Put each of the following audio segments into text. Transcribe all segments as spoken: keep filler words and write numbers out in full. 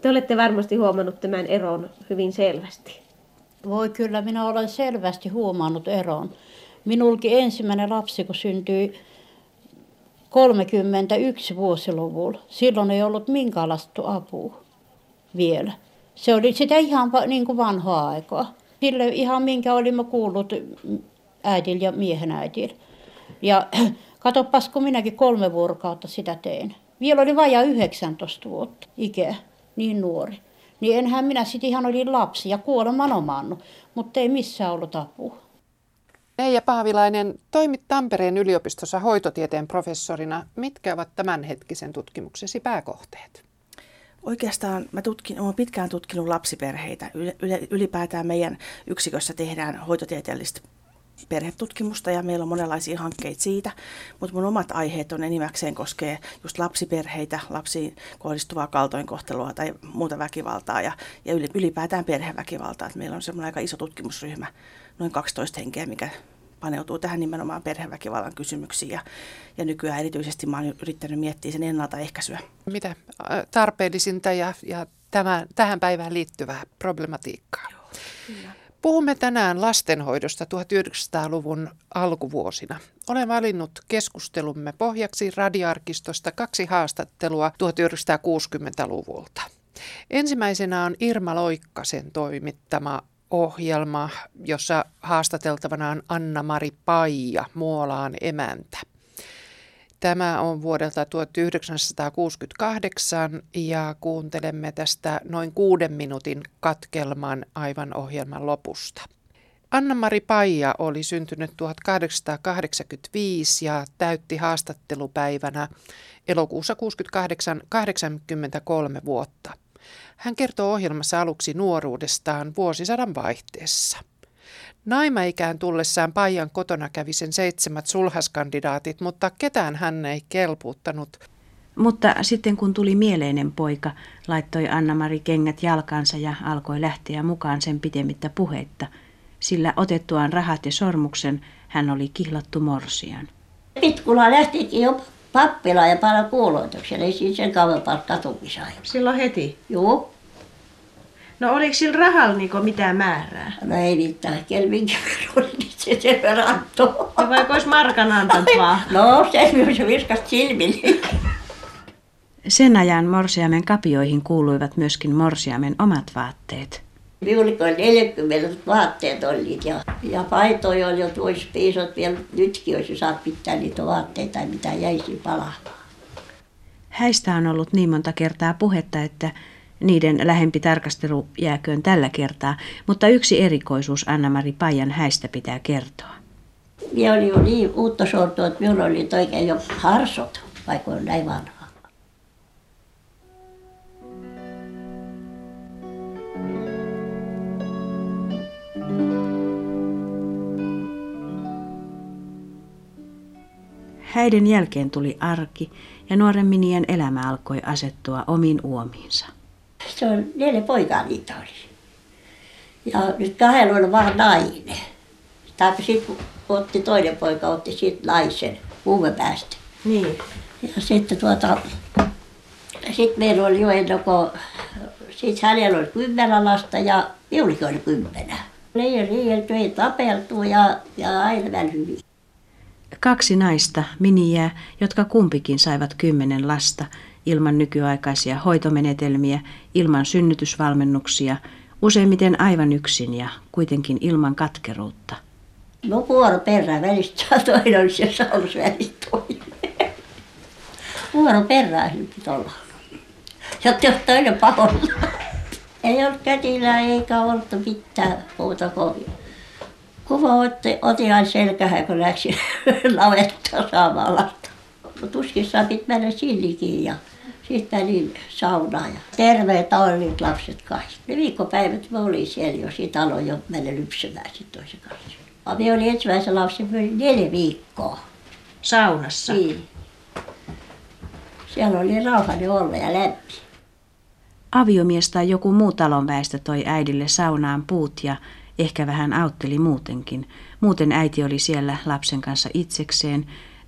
Te olette varmasti huomannut tämän eron hyvin selvästi. Voi kyllä, minä olen selvästi huomannut eron. Minulkin ensimmäinen lapsi, kun syntyi kolmekymmentäyksi vuosiluvulla. Silloin ei ollut minkäänlaista apua vielä. Se oli sitä ihan niin kuin vanhaa aikaa. Sille ihan minkä olimme kuullut äidillä ja miehen äidillä. Ja katsopas, kun minäkin kolme vuorokautta sitä tein. Vielä oli vajaa yhdeksäntoista vuotta ikää, niin nuori. Niin enhän minä sitten ihan olin lapsi ja kuoleman omannut, mutta ei missään ollut apua. Neija Paavilainen, toimit Tampereen yliopistossa hoitotieteen professorina. Mitkä ovat tämänhetkisen tutkimuksesi pääkohteet? Oikeastaan mä tutkin, olen pitkään tutkinut lapsiperheitä. Ylipäätään meidän yksikössä tehdään hoitotieteellistä perhetutkimusta ja meillä on monenlaisia hankkeita siitä, mutta mun omat aiheet on enimmäkseen koskee just lapsiperheitä, lapsiin kohdistuvaa kaltoinkohtelua tai muuta väkivaltaa ja, ja ylipäätään perheväkivaltaa. Et meillä on semmoinen aika iso tutkimusryhmä, noin kaksitoista henkeä, mikä paneutuu tähän nimenomaan perheväkivallan kysymyksiin ja, ja nykyään erityisesti mä oon yrittänyt miettiä sen ennaltaehkäisyä. Mitä tarpeellisinta ja, ja tämän, tähän päivään liittyvää problematiikkaa? Joo, kyllä. Puhumme tänään lastenhoidosta tuhatyhdeksänsataaluvun alkuvuosina. Olen valinnut keskustelumme pohjaksi Radioarkistosta kaksi haastattelua tuhatyhdeksänsataakuusikymmentäluvulta. Ensimmäisenä on Irma Loikkasen toimittama ohjelma, jossa haastateltavana on Anna-Mari Paija, Muolaan emäntä. Tämä on vuodelta tuhatyhdeksänsataakuusikymmentäkahdeksan ja kuuntelemme tästä noin kuuden minuutin katkelman aivan ohjelman lopusta. Anna-Mari Paija oli syntynyt tuhatkahdeksansataakahdeksankymmentäviisi ja täytti haastattelupäivänä elokuussa kuusikymmentäkahdeksan kahdeksankymmentäkolme vuotta. Hän kertoo ohjelmassa aluksi nuoruudestaan vuosisadan vaihteessa. Naimaikään tullessaan Paijan kotona kävi sen seitsemät sulhaskandidaatit, mutta ketään hän ei kelpuuttanut. Mutta sitten kun tuli mieleinen poika, laittoi Anna-Mari kengät jalkansa ja alkoi lähteä mukaan sen pitemmittä puheitta, sillä otettuaan rahat ja sormuksen hän oli kihlattu morsian. Pitkula lähtikin jo pappilaan ja paljon kuuloituksella, ei siinä sen kauempaa katumisaa. Silloin heti? Joo. No oliko sillä rahalla niinku mitään määrää? No ei mitään, kelminkin oli niin se sen verran antoi. Ja vaikka olisi markan antanut vaan? No sen myös viskasi silmille. Sen ajan morsiamen kapioihin kuuluivat myöskin morsiamen omat vaatteet. Minulla oli neljäkymmentä vaatteet olivat ja, ja paitoja oli jo tuossa piisot vielä nytkin, jos saa pitää niitä vaatteita, mitä jäisi palaamaan. Häistä on ollut niin monta kertaa puhetta, että niiden lähempi tarkastelu jääköön tällä kertaa, mutta yksi erikoisuus Anna-Mari Paijan häistä pitää kertoa. Minä olin jo niin uutta sortua, että minulla oli oikein jo harsot, vaikka on näin vanha. Häiden jälkeen tuli arki ja nuoren minien elämä alkoi asettua omiin uomiinsa. Se on neljä poikaa niitä oli. Ja nyt kahdella oli vaan nainen. Tai sitten otti toinen poika, otti sitten naisen huumepäästä. Niin. Ja sitten tuota, sitten meillä oli jo ennen kuin, sitten hänellä oli kymmenen lasta ja minullakin oli kymmenen. Ei riielty, ei tapeltu ja, ja aina vähän hyvin. Kaksi naista, miniä, jotka kumpikin saivat kymmenen lasta ilman nykyaikaisia hoitomenetelmiä, ilman synnytysvalmennuksia, useimmiten aivan yksin ja kuitenkin ilman katkeruutta. No vuoro perään välistä, toinen oli se saunus välistä toinen. Vuoro perään nyt pitää olla. Jotta jos toinen pahoilla. Ei ollut kätilää eikä ollut mitään muuta kovin. Kuva otti, otin aina selkähän, kun läksin navettaan saamaan lasta. Tuskissaan piti mennä sillikin ja sitten menin saunaan. Ja terveet olivat lapset kaikki. Ne viikkopäivät mä olin siellä jo, siitä aloin jo mennä lypsämään sitten toisen kanssa. Minä olin ensimmäisen lapsen, mä olin neljä viikkoa. Saunassa? Niin. Siellä oli rauhallinen olla ja lämmin. Aviomies tai joku muu talonväestö toi äidille saunaan puut ja ehkä vähän autteli muutenkin. Muuten äiti oli siellä lapsen kanssa itsekseen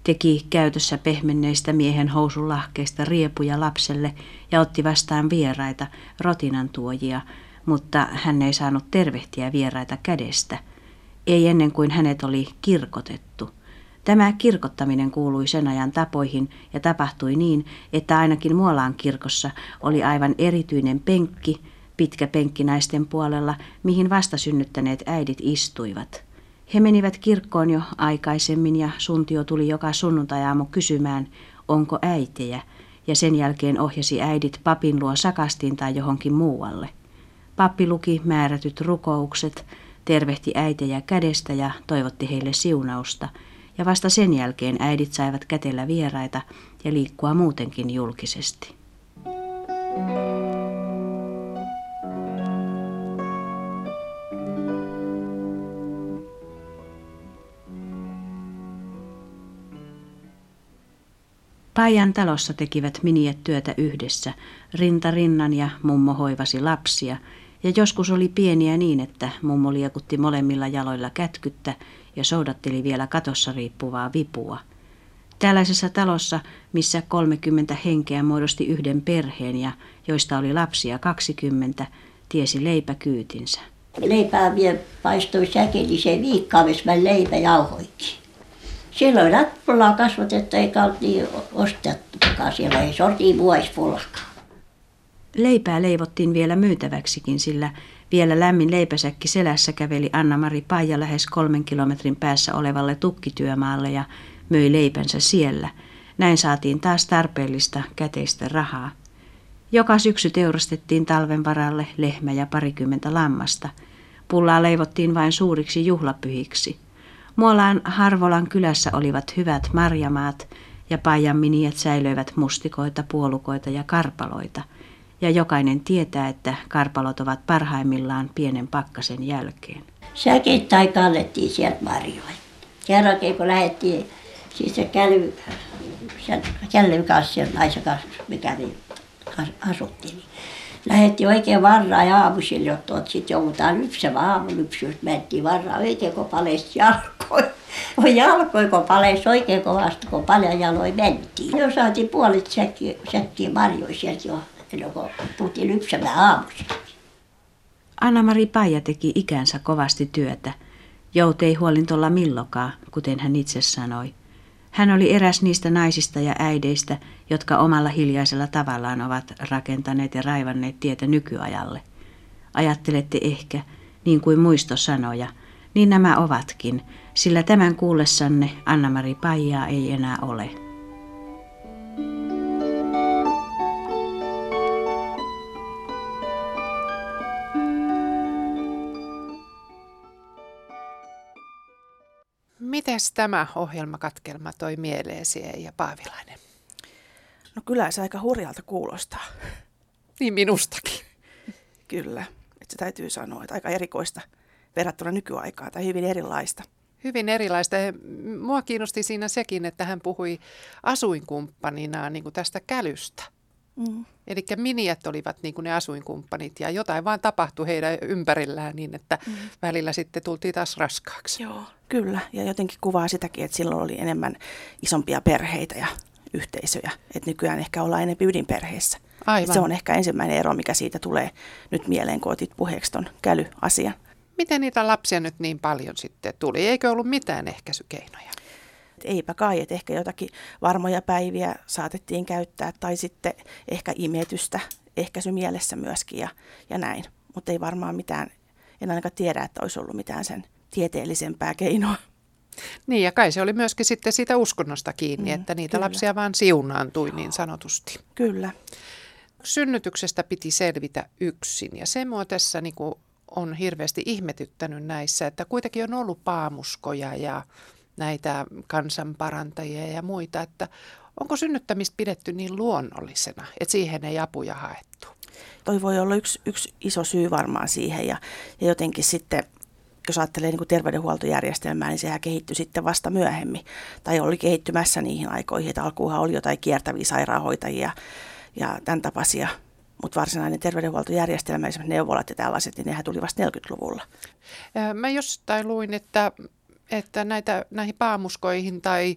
teki käytössä pehmenneistä miehen housunlahkeista riepuja lapselle ja otti vastaan vieraita, rotinan tuojia, mutta hän ei saanut tervehtiä vieraita kädestä. Ei ennen kuin hänet oli kirkotettu. Tämä kirkottaminen kuului sen ajan tapoihin ja tapahtui niin, että ainakin Muolaan kirkossa oli aivan erityinen penkki, pitkä penkki naisten puolella, mihin vastasynnyttäneet äidit istuivat. He menivät kirkkoon jo aikaisemmin ja Suntio tuli joka sunnuntai-aamu kysymään, onko äitejä, ja sen jälkeen ohjasi äidit papin luo sakastiin tai johonkin muualle. Pappi luki määrätyt rukoukset, tervehti äitejä kädestä ja toivotti heille siunausta, ja vasta sen jälkeen äidit saivat kätellä vieraita ja liikkua muutenkin julkisesti. Paijan talossa tekivät miniet työtä yhdessä, rinta rinnan ja mummo hoivasi lapsia, ja joskus oli pieniä niin, että mummo liekutti molemmilla jaloilla kätkyttä ja soudatteli vielä katossa riippuvaa vipua. Tällaisessa talossa, missä kolmekymmentä henkeä muodosti yhden perheen ja joista oli lapsia kaksikymmentä, tiesi leipä kyytinsä. Leipää vielä paistoi säkeliseen viikkaamismän leipäjauhoikin. Silloin ratpullaa kasvatettu eikä ollut niin ostettukaan. Siellä ei sortiin vuospullakaan. Leipää leivottiin vielä myytäväksikin, sillä vielä lämmin leipäsäkki selässä käveli Anna-Mari Paija lähes kolmen kilometrin päässä olevalle tukkityömaalle ja möi leipänsä siellä. Näin saatiin taas tarpeellista käteistä rahaa. Joka syksy teurastettiin talven varalle lehmä ja parikymmentä lammasta. Pullaa leivottiin vain suuriksi juhlapyhiksi. Muolaan Harvolan kylässä olivat hyvät marjamaat ja Paijan miniet säilöivät mustikoita, puolukoita ja karpaloita. Ja jokainen tietää, että karpalot ovat parhaimmillaan pienen pakkasen jälkeen. Säkeittäin kannettiin sieltä marjoja. Kerrankin kun lähdettiin, siis se käly, sen källyn kanssa, sen naisen kanssa, mikä me asuttiin, niin lähdettiin oikein varraa ja aamusilla, jotta sitten joudutaan lypsämään aamulypsyys. Mentiin varraa oikein kopaleista jalkoin. Jalkoin kopaleista oikein kovasti, kun paljon jaloin mentiin. Jo saatiin puolet säkkiä, säkkiä marjoja sieltä jo, ennen kuin puhuttiin lypsämään aamusilla. Anna-Mari Paija teki ikänsä kovasti työtä. Jout ei huolin tuolla millokaan, kuten hän itse sanoi. Hän oli eräs niistä naisista ja äideistä, jotka omalla hiljaisella tavallaan ovat rakentaneet ja raivanneet tietä nykyajalle. Ajattelette ehkä, niin kuin muistosanoja, niin nämä ovatkin, sillä tämän kuullessanne Anna-Mari Paijaa ei enää ole. Mites tämä ohjelmakatkelma toi mieleesi, Eija Paavilainen? No kyllä se aika hurjalta kuulostaa. Niin minustakin. Kyllä, että se täytyy sanoa, että aika erikoista verrattuna nykyaikaan tai hyvin erilaista. Hyvin erilaista. Mua kiinnosti siinä sekin, että hän puhui asuinkumppaninaan niin kuin tästä kälystä. Mm. Eli miniät olivat niin kuin ne asuinkumppanit ja jotain vaan tapahtui heidän ympärillään niin, että mm. välillä sitten tultiin taas raskaaksi. Joo, kyllä. Ja jotenkin kuvaa sitäkin, että silloin oli enemmän isompia perheitä ja yhteisöjä. Että nykyään ehkä ollaan enemmän ydinperheissä. Aivan. Se on ehkä ensimmäinen ero, mikä siitä tulee nyt mieleen, kun otit puheeksi ton kälyasian. Miten niitä lapsia nyt niin paljon sitten tuli? Eikö ollut mitään ehkäisykeinoja? Eipä kai, että ehkä jotakin varmoja päiviä saatettiin käyttää tai sitten ehkä imetystä ehkäisymielessä myöskin ja, ja näin. Mutta ei varmaan mitään, en ainakaan tiedä, että olisi ollut mitään sen tieteellisempää keinoa. Niin ja kai se oli myöskin sitten siitä uskonnosta kiinni, mm, että niitä kyllä. lapsia vaan siunaantui niin sanotusti. Kyllä. Synnytyksestä piti selvitä yksin ja se mua tässä niin kuin on hirveästi ihmetyttänyt näissä, että kuitenkin on ollut paamuskoja ja näitä kansanparantajia ja muita, että onko synnyttämistä pidetty niin luonnollisena, että siihen ei apuja haettu? Toi voi olla yksi, yksi iso syy varmaan siihen ja, ja jotenkin sitten, jos ajattelee niin kuin terveydenhuoltojärjestelmää, niin sehän kehittyi sitten vasta myöhemmin. Tai oli kehittymässä niihin aikoihin, että alkuunhan oli jotain kiertäviä sairaanhoitajia ja tämän tapaisia. Mutta varsinainen terveydenhuoltojärjestelmä, esimerkiksi neuvolat ja tällaiset, niin nehän tuli vasta neljäkymmentäluvulla. Mä jostain luin, että, että näitä, näihin paamuskoihin tai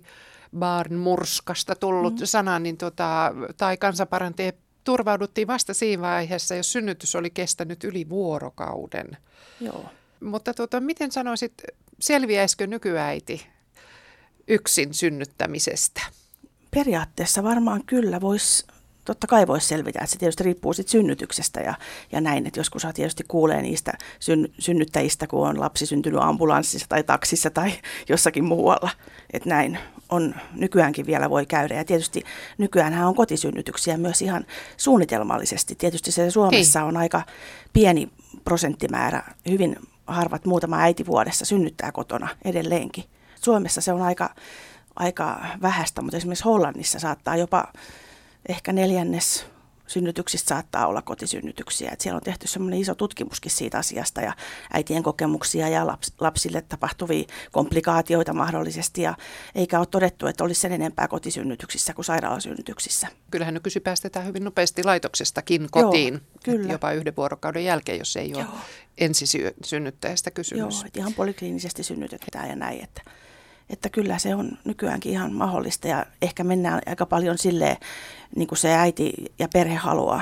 barnmurskasta tullut mm. sana, niin tota, tai kansanparantaja turvauduttiin vasta siinä vaiheessa, jos synnytys oli kestänyt yli vuorokauden. Joo. Mutta tota, miten sanoisit, selviäisikö nykyäiti yksin synnyttämisestä? Periaatteessa varmaan kyllä voisi, totta kai voisi selvitä, että se tietysti riippuu sit synnytyksestä ja, ja näin, että joskus tietysti kuulee niistä syn, synnyttäjistä, kun on lapsi syntynyt ambulanssissa tai taksissa tai jossakin muualla, että näin on, nykyäänkin vielä voi käydä ja tietysti nykyäänhän on kotisynnytyksiä myös ihan suunnitelmallisesti, tietysti se Suomessa on aika pieni prosenttimäärä, hyvin harvat, muutama äiti vuodessa synnyttää kotona edelleenkin. Suomessa se on aika, aika vähäistä, mutta esimerkiksi Hollannissa saattaa jopa ehkä neljännes synnytyksistä saattaa olla kotisynnytyksiä. Et siellä on tehty semmoinen iso tutkimuskin siitä asiasta ja äitien kokemuksia ja laps, lapsille tapahtuvia komplikaatioita mahdollisesti. Ja eikä ole todettu, että olisi sen enempää kotisynnytyksissä kuin sairaalasynnytyksissä. Kyllähän nykyisin päästetään hyvin nopeasti laitoksestakin kotiin, Joo, kyllä. jopa yhden vuorokauden jälkeen, jos ei Joo. ole ensisynnyttäjästä kysymys. Joo, että ihan polikliinisesti synnytetään ja näin, että, että kyllä se on nykyäänkin ihan mahdollista ja ehkä mennään aika paljon silleen, niin kuin se äiti ja perhe haluaa.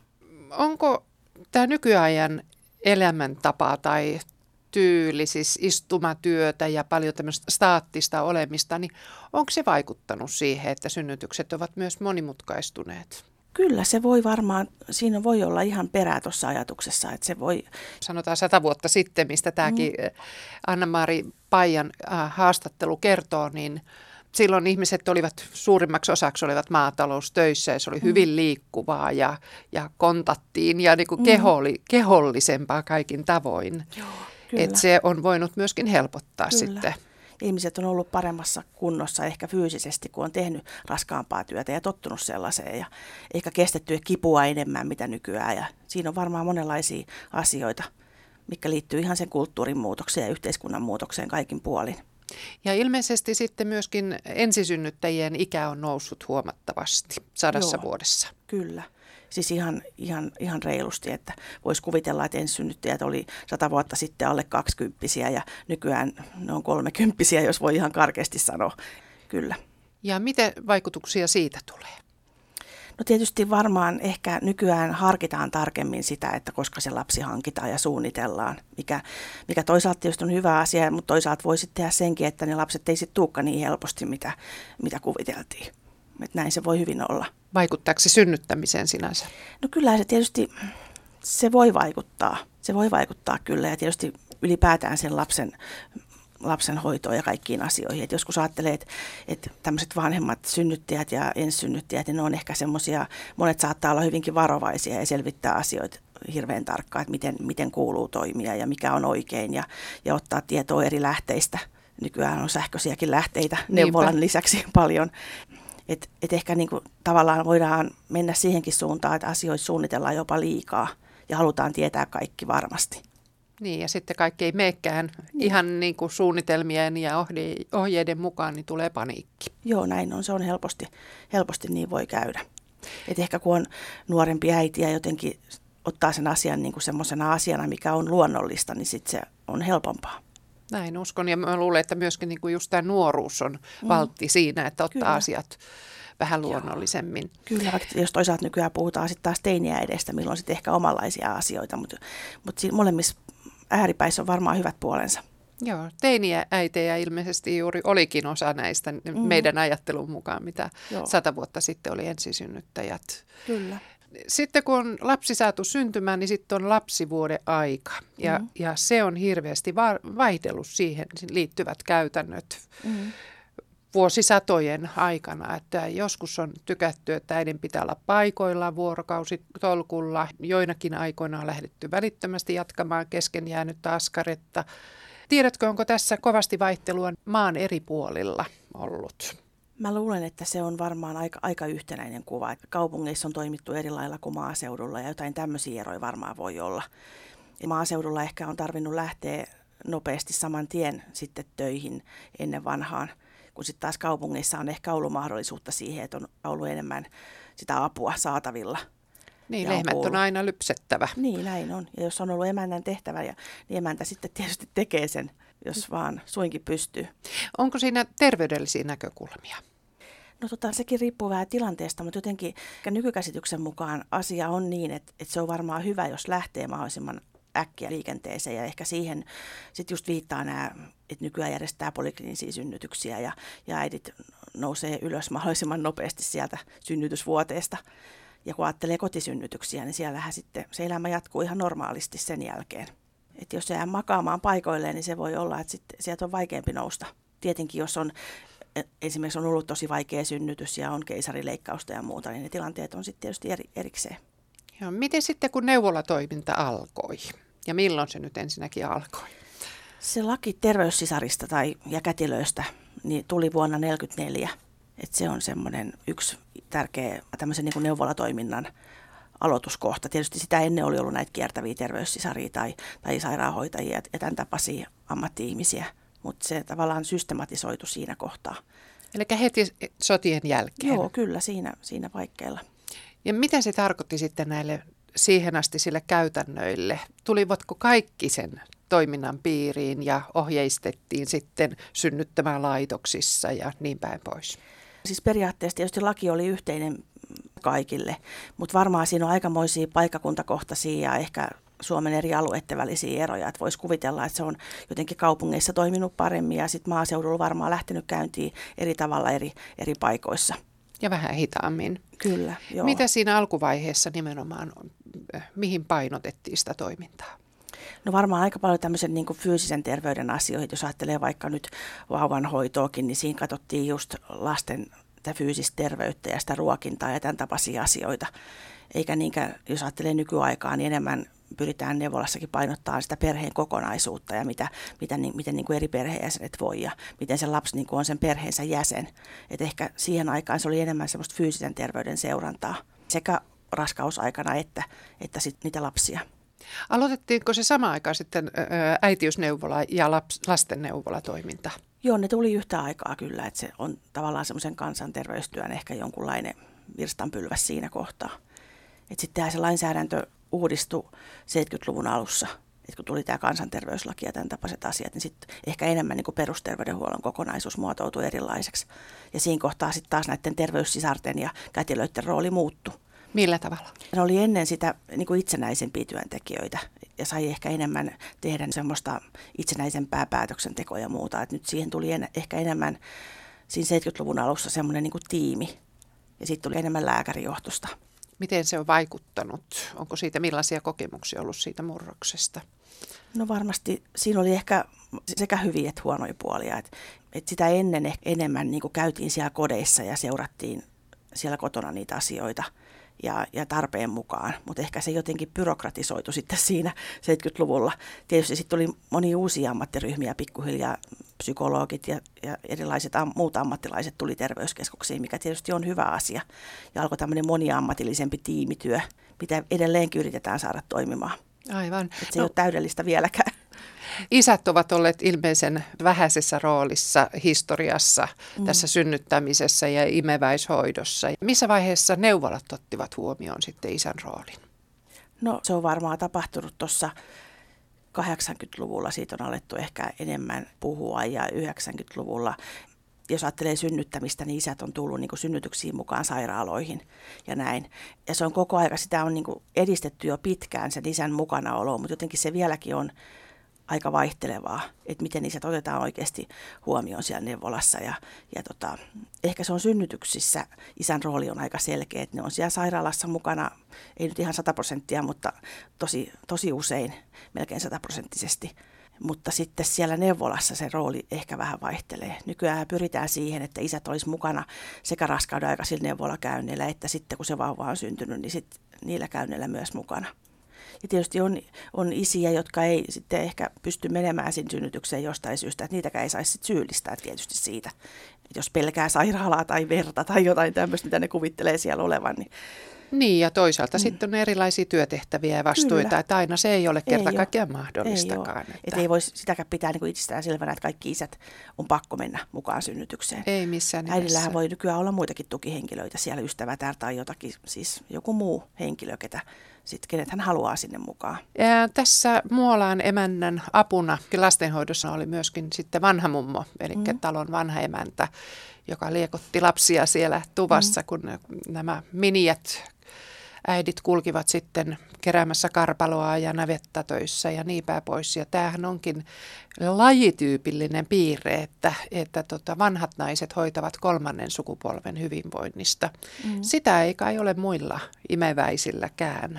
Onko tämä nykyajan elämäntapa tai tyyli, siis istumatyötä ja paljon tämmöistä staattista olemista, niin onko se vaikuttanut siihen, että synnytykset ovat myös monimutkaistuneet? Kyllä se voi varmaan, siinä voi olla ihan perää tuossa ajatuksessa, että se voi... Sanotaan sata vuotta sitten, mistä tämäkin mm. Anna-Mari Paijan haastattelu kertoo, niin silloin ihmiset olivat, suurimmaksi osaksi olivat maataloustöissä ja se oli mm. hyvin liikkuvaa ja, ja kontattiin ja niin kuin mm. keho oli kehollisempaa kaikin tavoin. Joo, että se on voinut myöskin helpottaa kyllä. sitten. Ihmiset on ollut paremmassa kunnossa ehkä fyysisesti, kun on tehnyt raskaampaa työtä ja tottunut sellaiseen ja ehkä kestetty kipua enemmän mitä nykyään. Ja siinä on varmaan monenlaisia asioita, mitkä liittyy ihan sen kulttuurin muutokseen ja yhteiskunnan muutokseen kaikin puolin. Ja ilmeisesti sitten myöskin ensisynnyttäjien ikä on noussut huomattavasti sadassa Joo, vuodessa. Kyllä. Siis ihan, ihan, ihan reilusti, että voisi kuvitella, että ensisynnyttäjät oli sata vuotta sitten alle kaksikymppisiä ja nykyään ne on kolmekymppisiä, jos voi ihan karkeasti sanoa. Kyllä. Ja mitä vaikutuksia siitä tulee? No tietysti varmaan ehkä nykyään harkitaan tarkemmin sitä, että koska se lapsi hankitaan ja suunnitellaan, mikä, mikä toisaalta tietysti on hyvä asia, mutta toisaalta voi sitten tehdä senkin, että ne lapset ei sitten tulekaan niin helposti, mitä, mitä kuviteltiin. Että näin se voi hyvin olla. Vaikuttaako se synnyttämiseen sinänsä? No kyllä se tietysti, se voi vaikuttaa. Se voi vaikuttaa kyllä ja tietysti ylipäätään sen lapsen, lapsen hoitoon ja kaikkiin asioihin. Et joskus ajattelee, että, että tämmöiset vanhemmat synnyttäjät ja enssynnyttäjät, ne on ehkä semmoisia, monet saattaa olla hyvinkin varovaisia ja selvittää asioita hirveän tarkkaan, että miten, miten kuuluu toimia ja mikä on oikein ja, ja ottaa tietoa eri lähteistä. Nykyään on sähköisiäkin lähteitä neuvolan lisäksi paljon. Että et ehkä niinku tavallaan voidaan mennä siihenkin suuntaan, että asioita suunnitellaan jopa liikaa ja halutaan tietää kaikki varmasti. Niin ja sitten kaikki ei meekään niin. Ihan niin kuin suunnitelmien ja ohjeiden mukaan, niin tulee paniikki. Joo, näin on. Se on helposti, helposti niin voi käydä. Et ehkä kun on nuorempi äiti ja jotenkin ottaa sen asian niin kuin semmoisena asiana, mikä on luonnollista, niin sitten se on helpompaa. Näin uskon ja mä luulen, että myöskin niin kuin just tämä nuoruus on mm. valtti siinä, että ottaa Kyllä. asiat vähän luonnollisemmin. Joo. Kyllä, vaikka jos toisaalta nykyään puhutaan sitten taas teiniä edestä, milloin sitten ehkä omanlaisia asioita, mutta, mutta molemmissa ääripäissä on varmaan hyvät puolensa. Joo, teiniä äitejä ilmeisesti juuri olikin osa näistä mm. meidän ajattelun mukaan, mitä Joo. sata vuotta sitten oli ensisynnyttäjät. Kyllä. Sitten kun on lapsi saatu syntymään, niin sitten on lapsivuoden aika. Ja, mm. ja se on hirveästi va- vaihdellut siihen liittyvät käytännöt mm. vuosisatojen aikana. Että joskus on tykätty, että äidin pitää olla paikoilla vuorokausitolkulla. Joinakin aikoina on lähdetty välittömästi jatkamaan kesken jäänyttä askaretta. Tiedätkö, onko tässä kovasti vaihtelua maan eri puolilla ollut? Mä luulen, että se on varmaan aika, aika yhtenäinen kuva. Kaupungeissa on toimittu eri lailla kuin maaseudulla ja jotain tämmöisiä eroja varmaan voi olla. Ja maaseudulla ehkä on tarvinnut lähteä nopeasti saman tien sitten töihin ennen vanhaan, kun sitten taas kaupungeissa on ehkä ollut mahdollisuutta siihen, että on ollut enemmän sitä apua saatavilla. Niin, lehmät on, on aina lypsettävä. Niin, näin on. Ja jos on ollut emännän tehtävä, ja, niin emäntä sitten tietysti tekee sen, jos vaan suinkin pystyy. Onko siinä terveydellisiä näkökulmia? No tota, sekin riippuu vähän tilanteesta, mutta jotenkin nykykäsityksen mukaan asia on niin, että, että se on varmaan hyvä, jos lähtee mahdollisimman äkkiä liikenteeseen ja ehkä siihen sitten just viittaa nämä, että nykyään järjestää poliklinisiä synnytyksiä ja, ja äidit nousee ylös mahdollisimman nopeasti sieltä synnytysvuoteesta. Ja kun ajattelee kotisynnytyksiä, niin siellähän sitten se elämä jatkuu ihan normaalisti sen jälkeen. Että jos se jää makaamaan paikoilleen, niin se voi olla, että sitten sieltä on vaikeampi nousta. Tietenkin jos on esimerkiksi on ollut tosi vaikea synnytys ja on keisarileikkausta ja muuta, niin ne tilanteet on sitten tietysti eri, erikseen. Joo, miten sitten kun neuvolatoiminta alkoi ja milloin se nyt ensinnäkin alkoi? Se laki terveyssisarista tai ja kätilöistä niin tuli vuonna tuhatyhdeksänsataaneljäkymmentäneljä. Et se on semmoinen yksi tärkeä tämmöisen niin kuin neuvolatoiminnan aloituskohta. Tietysti sitä ennen oli ollut näitä kiertäviä terveyssisaria tai, tai sairaanhoitajia ja tämän tapaisia ammatti-ihmisiä, mutta se tavallaan systematisoitu siinä kohtaa. Eli heti sotien jälkeen? Joo, kyllä siinä, siinä paikkeilla. Ja mitä se tarkoitti sitten näille siihen asti sille käytännöille? Tulivatko kaikki sen toiminnan piiriin ja ohjeistettiin sitten synnyttämään laitoksissa ja niin päin pois? Siis periaatteessa tietysti laki oli yhteinen kaikille, mutta varmaan siinä on aikamoisia paikkakuntakohtaisia ja ehkä Suomen eri alueiden välisiä eroja. Että voisi kuvitella, että se on jotenkin kaupungeissa toiminut paremmin ja sitten maaseudulla varmaan lähtenyt käyntiin eri tavalla eri, eri paikoissa. Ja vähän hitaammin. Kyllä, joo. Mitä siinä alkuvaiheessa nimenomaan on? Mihin painotettiin sitä toimintaa? No varmaan aika paljon tämmöisen niin kuin fyysisen terveyden asioihin. Jos ajattelee vaikka nyt vauvanhoitoakin, niin siinä katsottiin just lasten fyysistä terveyttä ja sitä ruokintaa ja tämän tapaisia asioita. Eikä niinkään, jos ajattelee nykyaikaa, niin enemmän pyritään neuvolassakin painottaa sitä perheen kokonaisuutta ja mitä, mitä, miten niin kuin eri perheenjäsenet voi ja miten se lapsi niin kuin on sen perheensä jäsen. Et ehkä siihen aikaan se oli enemmän semmoista fyysisen terveyden seurantaa sekä raskausaikana että, että sit niitä lapsia. Aloitettiinko se sama aikaan sitten äitiysneuvola ja laps, lastenneuvolatoiminta? Joo, ne tuli yhtä aikaa kyllä, että se on tavallaan semmoisen kansanterveystyön ehkä jonkunlainen virstanpylväs siinä kohtaa. Että sittenhän se lainsäädäntö uudistui seitsemänkymmentäluvun alussa, että kun tuli tämä kansanterveyslaki ja tämän tapaiset asiat, niin sitten ehkä enemmän niin kuin perusterveydenhuollon kokonaisuus muotoutui erilaiseksi. Ja siinä kohtaa sitten taas näiden terveyssisarten ja kätilöiden rooli muuttui. Millä tavalla? Ne oli ennen sitä niin kuin itsenäisempiä työntekijöitä ja sai ehkä enemmän tehdä semmoista itsenäisempää päätöksentekoa ja muuta. Et nyt siihen tuli en, ehkä enemmän siinä seitsemänkymmentäluvun alussa semmoinen niin kuin tiimi ja sitten tuli enemmän lääkärijohtosta. Miten se on vaikuttanut? Onko siitä millaisia kokemuksia ollut siitä murroksesta? No varmasti siinä oli ehkä sekä hyviä että huonoja puolia. Et, et sitä ennen ehkä enemmän niin kuin käytiin siellä kodeissa ja seurattiin siellä kotona niitä asioita. Ja, ja tarpeen mukaan, mutta ehkä se jotenkin byrokratisoitu sitten siinä seitsemänkymmentäluvulla. Tietysti sitten tuli monia uusia ammattiryhmiä, pikkuhiljaa psykologit ja, ja erilaiset am, muut ammattilaiset tuli terveyskeskuksiin, mikä tietysti on hyvä asia. Ja alkoi tämmöinen moniammatillisempi tiimityö, mitä edelleenkin yritetään saada toimimaan. Aivan. Et se no. ei ole täydellistä vieläkään. Isät ovat olleet ilmeisen vähäisessä roolissa historiassa mm. tässä synnyttämisessä ja imeväishoidossa. Missä vaiheessa neuvolat ottivat huomioon sitten isän roolin? No se on varmaan tapahtunut tuossa kahdeksankymmentäluvulla. Siitä on alettu ehkä enemmän puhua ja yhdeksänkymmentäluvulla. Jos ajattelee synnyttämistä, niin isät on tullut niin kuin synnytyksiin mukaan sairaaloihin ja näin. Ja se on koko aika, sitä on niin kuin edistetty jo pitkään sen isän mukanaoloa, mutta jotenkin se vieläkin on aika vaihtelevaa, että miten isät otetaan oikeasti huomioon siellä neuvolassa. Ja, ja tota, ehkä se on synnytyksissä, isän rooli on aika selkeä, että ne on siellä sairaalassa mukana, ei nyt ihan sata prosenttia, mutta tosi, tosi usein, melkein sataprosenttisesti. Mutta sitten siellä neuvolassa se rooli ehkä vähän vaihtelee. Nykyään pyritään siihen, että isät olisi mukana sekä raskauden aikaisilla neuvolakäynneillä, että sitten kun se vauva on syntynyt, niin sitten niillä käynneillä myös mukana. Ja tietysti on, on isiä, jotka ei sitten ehkä pysty menemään siinä synnytykseen jostain syystä, että niitäkään ei saisi sit syyllistää tietysti siitä. Että jos pelkää sairaalaa tai verta tai jotain tämmöistä, mitä ne kuvittelee siellä olevan. Niin, niin ja toisaalta mm. sitten on erilaisia työtehtäviä ja vastuita, Kyllä. että aina se ei ole kerta ei kaikkiaan mahdollistakaan. Ei, että... että ei voi sitäkään pitää niin kuin itsestään selvänä, että kaikki isät on pakko mennä mukaan synnytykseen. Ei missään nimessä. Äidillähän voi nykyään olla muitakin tukihenkilöitä siellä, ystävätär tai jotakin, siis joku muu henkilö, ketä sit, kenet hän haluaa sinne mukaan. Ja tässä Muolaan emännän apuna lastenhoidossa oli myöskin sitten vanha mummo, eli mm. talon vanha emäntä, joka liekotti lapsia siellä tuvassa, mm. kun nämä miniät äidit kulkivat sitten keräämässä karpaloa ja navettatöissä ja niinpä pois. Ja tämähän onkin lajityypillinen piirre, että, että tota vanhat naiset hoitavat kolmannen sukupolven hyvinvoinnista. Mm. Sitä ei kai ole muilla imeväisilläkään.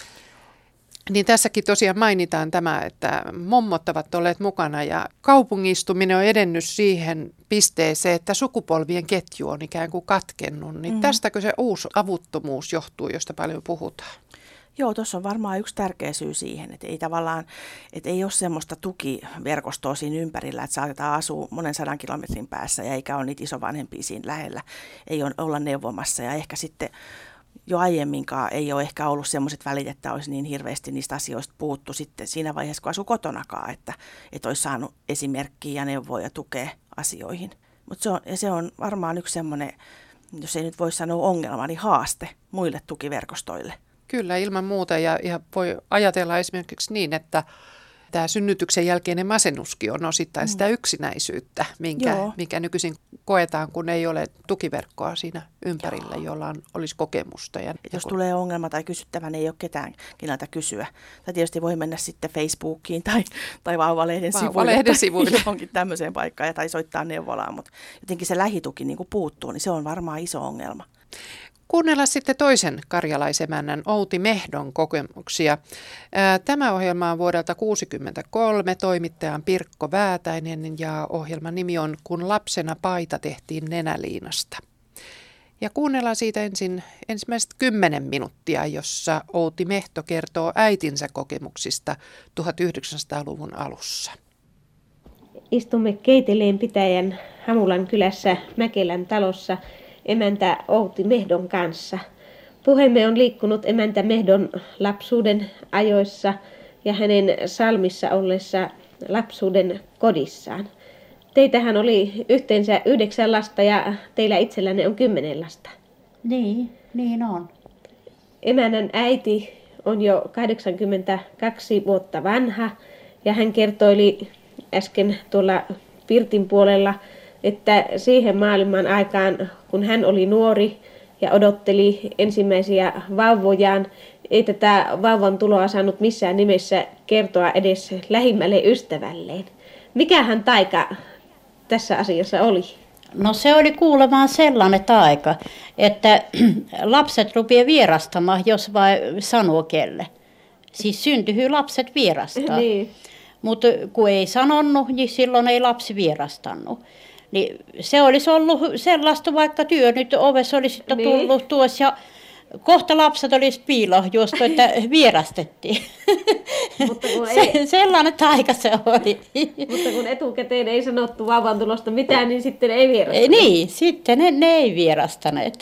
Niin tässäkin tosiaan mainitaan tämä, että mummot ovat olleet mukana ja kaupungistuminen on edennyt siihen pisteeseen, että sukupolvien ketju on ikään kuin katkennut. Niin mm. tästäkö se uusi avuttomuus johtuu, josta paljon puhutaan? Joo, tuossa on varmaan yksi tärkeä syy siihen, että ei tavallaan, että ei ole semmoista tukiverkostoa siinä ympärillä, että saatetaan asua monen sadan kilometrin päässä ja eikä ole niitä isovanhempia siinä lähellä, ei olla neuvomassa ja ehkä sitten jo aiemminkaan ei ole ehkä ollut semmoiset välit, että olisi niin hirveästi niistä asioista puhuttu sitten siinä vaiheessa, kun asuu kotonakaan, että, että olisi saanut esimerkkiä ja neuvoja ja tukea asioihin. Mutta se on, ja se on varmaan yksi semmoinen, jos ei nyt voi sanoa ongelma, niin haaste muille tukiverkostoille. Kyllä, ilman muuta. Ja, ja voi ajatella esimerkiksi niin, että tämä synnytyksen jälkeinen masennuskin on osittain mm. sitä yksinäisyyttä, minkä, minkä nykyisin koetaan, kun ei ole tukiverkkoa siinä ympärillä, Joo. jolla on, olisi kokemusta. Ja jos joku... tulee ongelma tai kysyttävä, niin ei ole ketään, keneltä kysyä. Tai tietysti voi mennä sitten Facebookiin tai, tai Vauvalehden sivuille, sivuille. Tai johonkin tämmöiseen paikkaan tai soittaa neuvolaan, mutta jotenkin se lähituki niin kuin puuttuu, niin se on varmaan iso ongelma. Kuunnella sitten toisen karjalaisemännän Outi Mehdon kokemuksia. Tämä ohjelma on vuodelta tuhatyhdeksänsataakuusikymmentäkolme, toimittajan Pirkko Väätäinen ja ohjelman nimi on Kun lapsena paita tehtiin nenäliinasta. Ja kuunnellaan siitä ensin ensimmäiset kymmenen minuuttia, jossa Outi Mehto kertoo äitinsä kokemuksista tuhatyhdeksänsataaluvun alussa. Istumme Keiteleen pitäjän Hamulan kylässä Mäkelän talossa emäntä Outi Mehdon kanssa. Puheemme on liikkunut emäntä Mehdon lapsuuden ajoissa ja hänen Salmissa ollessa lapsuuden kodissaan. Teitähän oli yhteensä yhdeksän lasta ja teillä itsellänne on kymmenen lasta. Niin, niin on. Emännän äiti on jo kahdeksankymmentäkaksi vuotta vanha ja hän kertoili äsken tuolla pirtin puolella, että siihen maailman aikaan, kun hän oli nuori ja odotteli ensimmäisiä vauvojaan, ei tätä vauvan tuloa saanut missään nimessä kertoa edes lähimmälle ystävälleen. Mikähän taika tässä asiassa oli? No se oli kuulemaan sellainen taika, että lapset rupeaa vierastamaan, jos vain sanoo kelle. Siis syntyy lapset vierastaa. Niin. Mutta kun ei sanonut, niin silloin ei lapsi vierastanut. Niin se olisi ollut sellaista, vaikka työ nyt ovessa olisi niin. tullut tuossa ja kohta lapset olisi piilojuostu, että vierastettiin. Mutta kun se, ei... Sellainen taika se oli. Mutta kun etukäteen ei sanottu vauvan tulosta mitään, niin sitten ei vierastaneet. Niin, sitten ne, ne ei vierastaneet.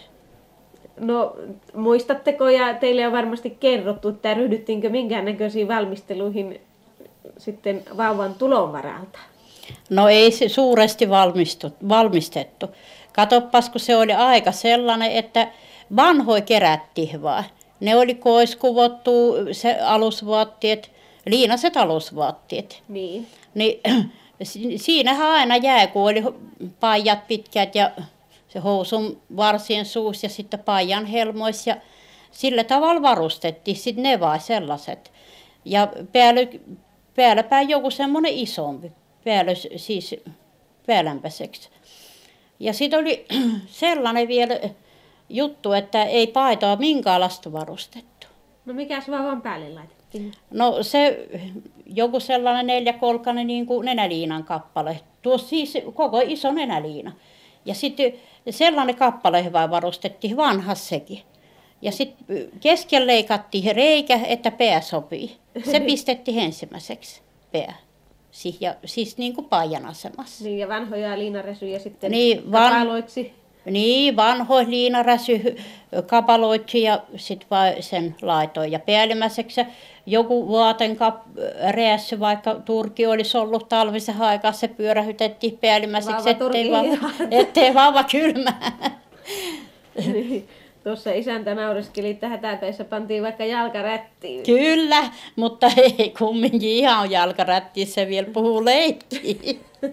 No muistatteko, ja teille on varmasti kerrottu, että ryhdyttiinkö minkäännäköisiin valmisteluihin sitten vauvan tulon varalta? No ei se suuresti valmistu, valmistettu. Katoppas, kun se oli aika sellainen, että vanhoja kerättiin vaan. Ne oli koiskuvottu, se alusvaatteet, liinaset alusvaatteet. Niin. Niin siinähän aina jäi, kun oli paijat pitkät ja se housun varsien suus ja sitten paijan helmoissa. Ja sillä tavalla varustettiin sitten ne vaan sellaiset. Ja päällä, päälläpäin joku semmoinen isompi. Päällä, siis päällämpäiseksi. Ja sitten oli sellainen vielä juttu, että ei paitaa minkäänlaista varustettu. No mikäs vauvan päälle laitettiin? No se joku sellainen neljäkolkainen niin kuin nenäliinan kappale. Tuossa siis koko iso nenäliina. Ja sitten sellainen kappale vaan varustettiin, vanha sekin. Ja sitten keskellä leikattiin reikä, että pää sopii. Se pistettiin ensimmäiseksi pää. Siis, ja, siis niin kuin paijan asemassa. Niin, ja vanhoja liinaräsyjä sitten niin, van, kapaloiksi. Niin, vanhoja liinaräsy kapaloiksi ja sitten vaan sen laitoin. Ja päällimmäiseksi joku vaatenkap-räässy, vaikka turki olisi ollut talvisen aikaa, se pyörähytettiin päällimmäiseksi, ettei vauva, ettei vauva kylmää. Niin. Tuossa isäntä naureskeli, että hätäpäissä pantiin vaikka jalkarättiin. Kyllä, mutta ei kumminkin ihan jalkarättiin, se vielä puhuu leikkiä.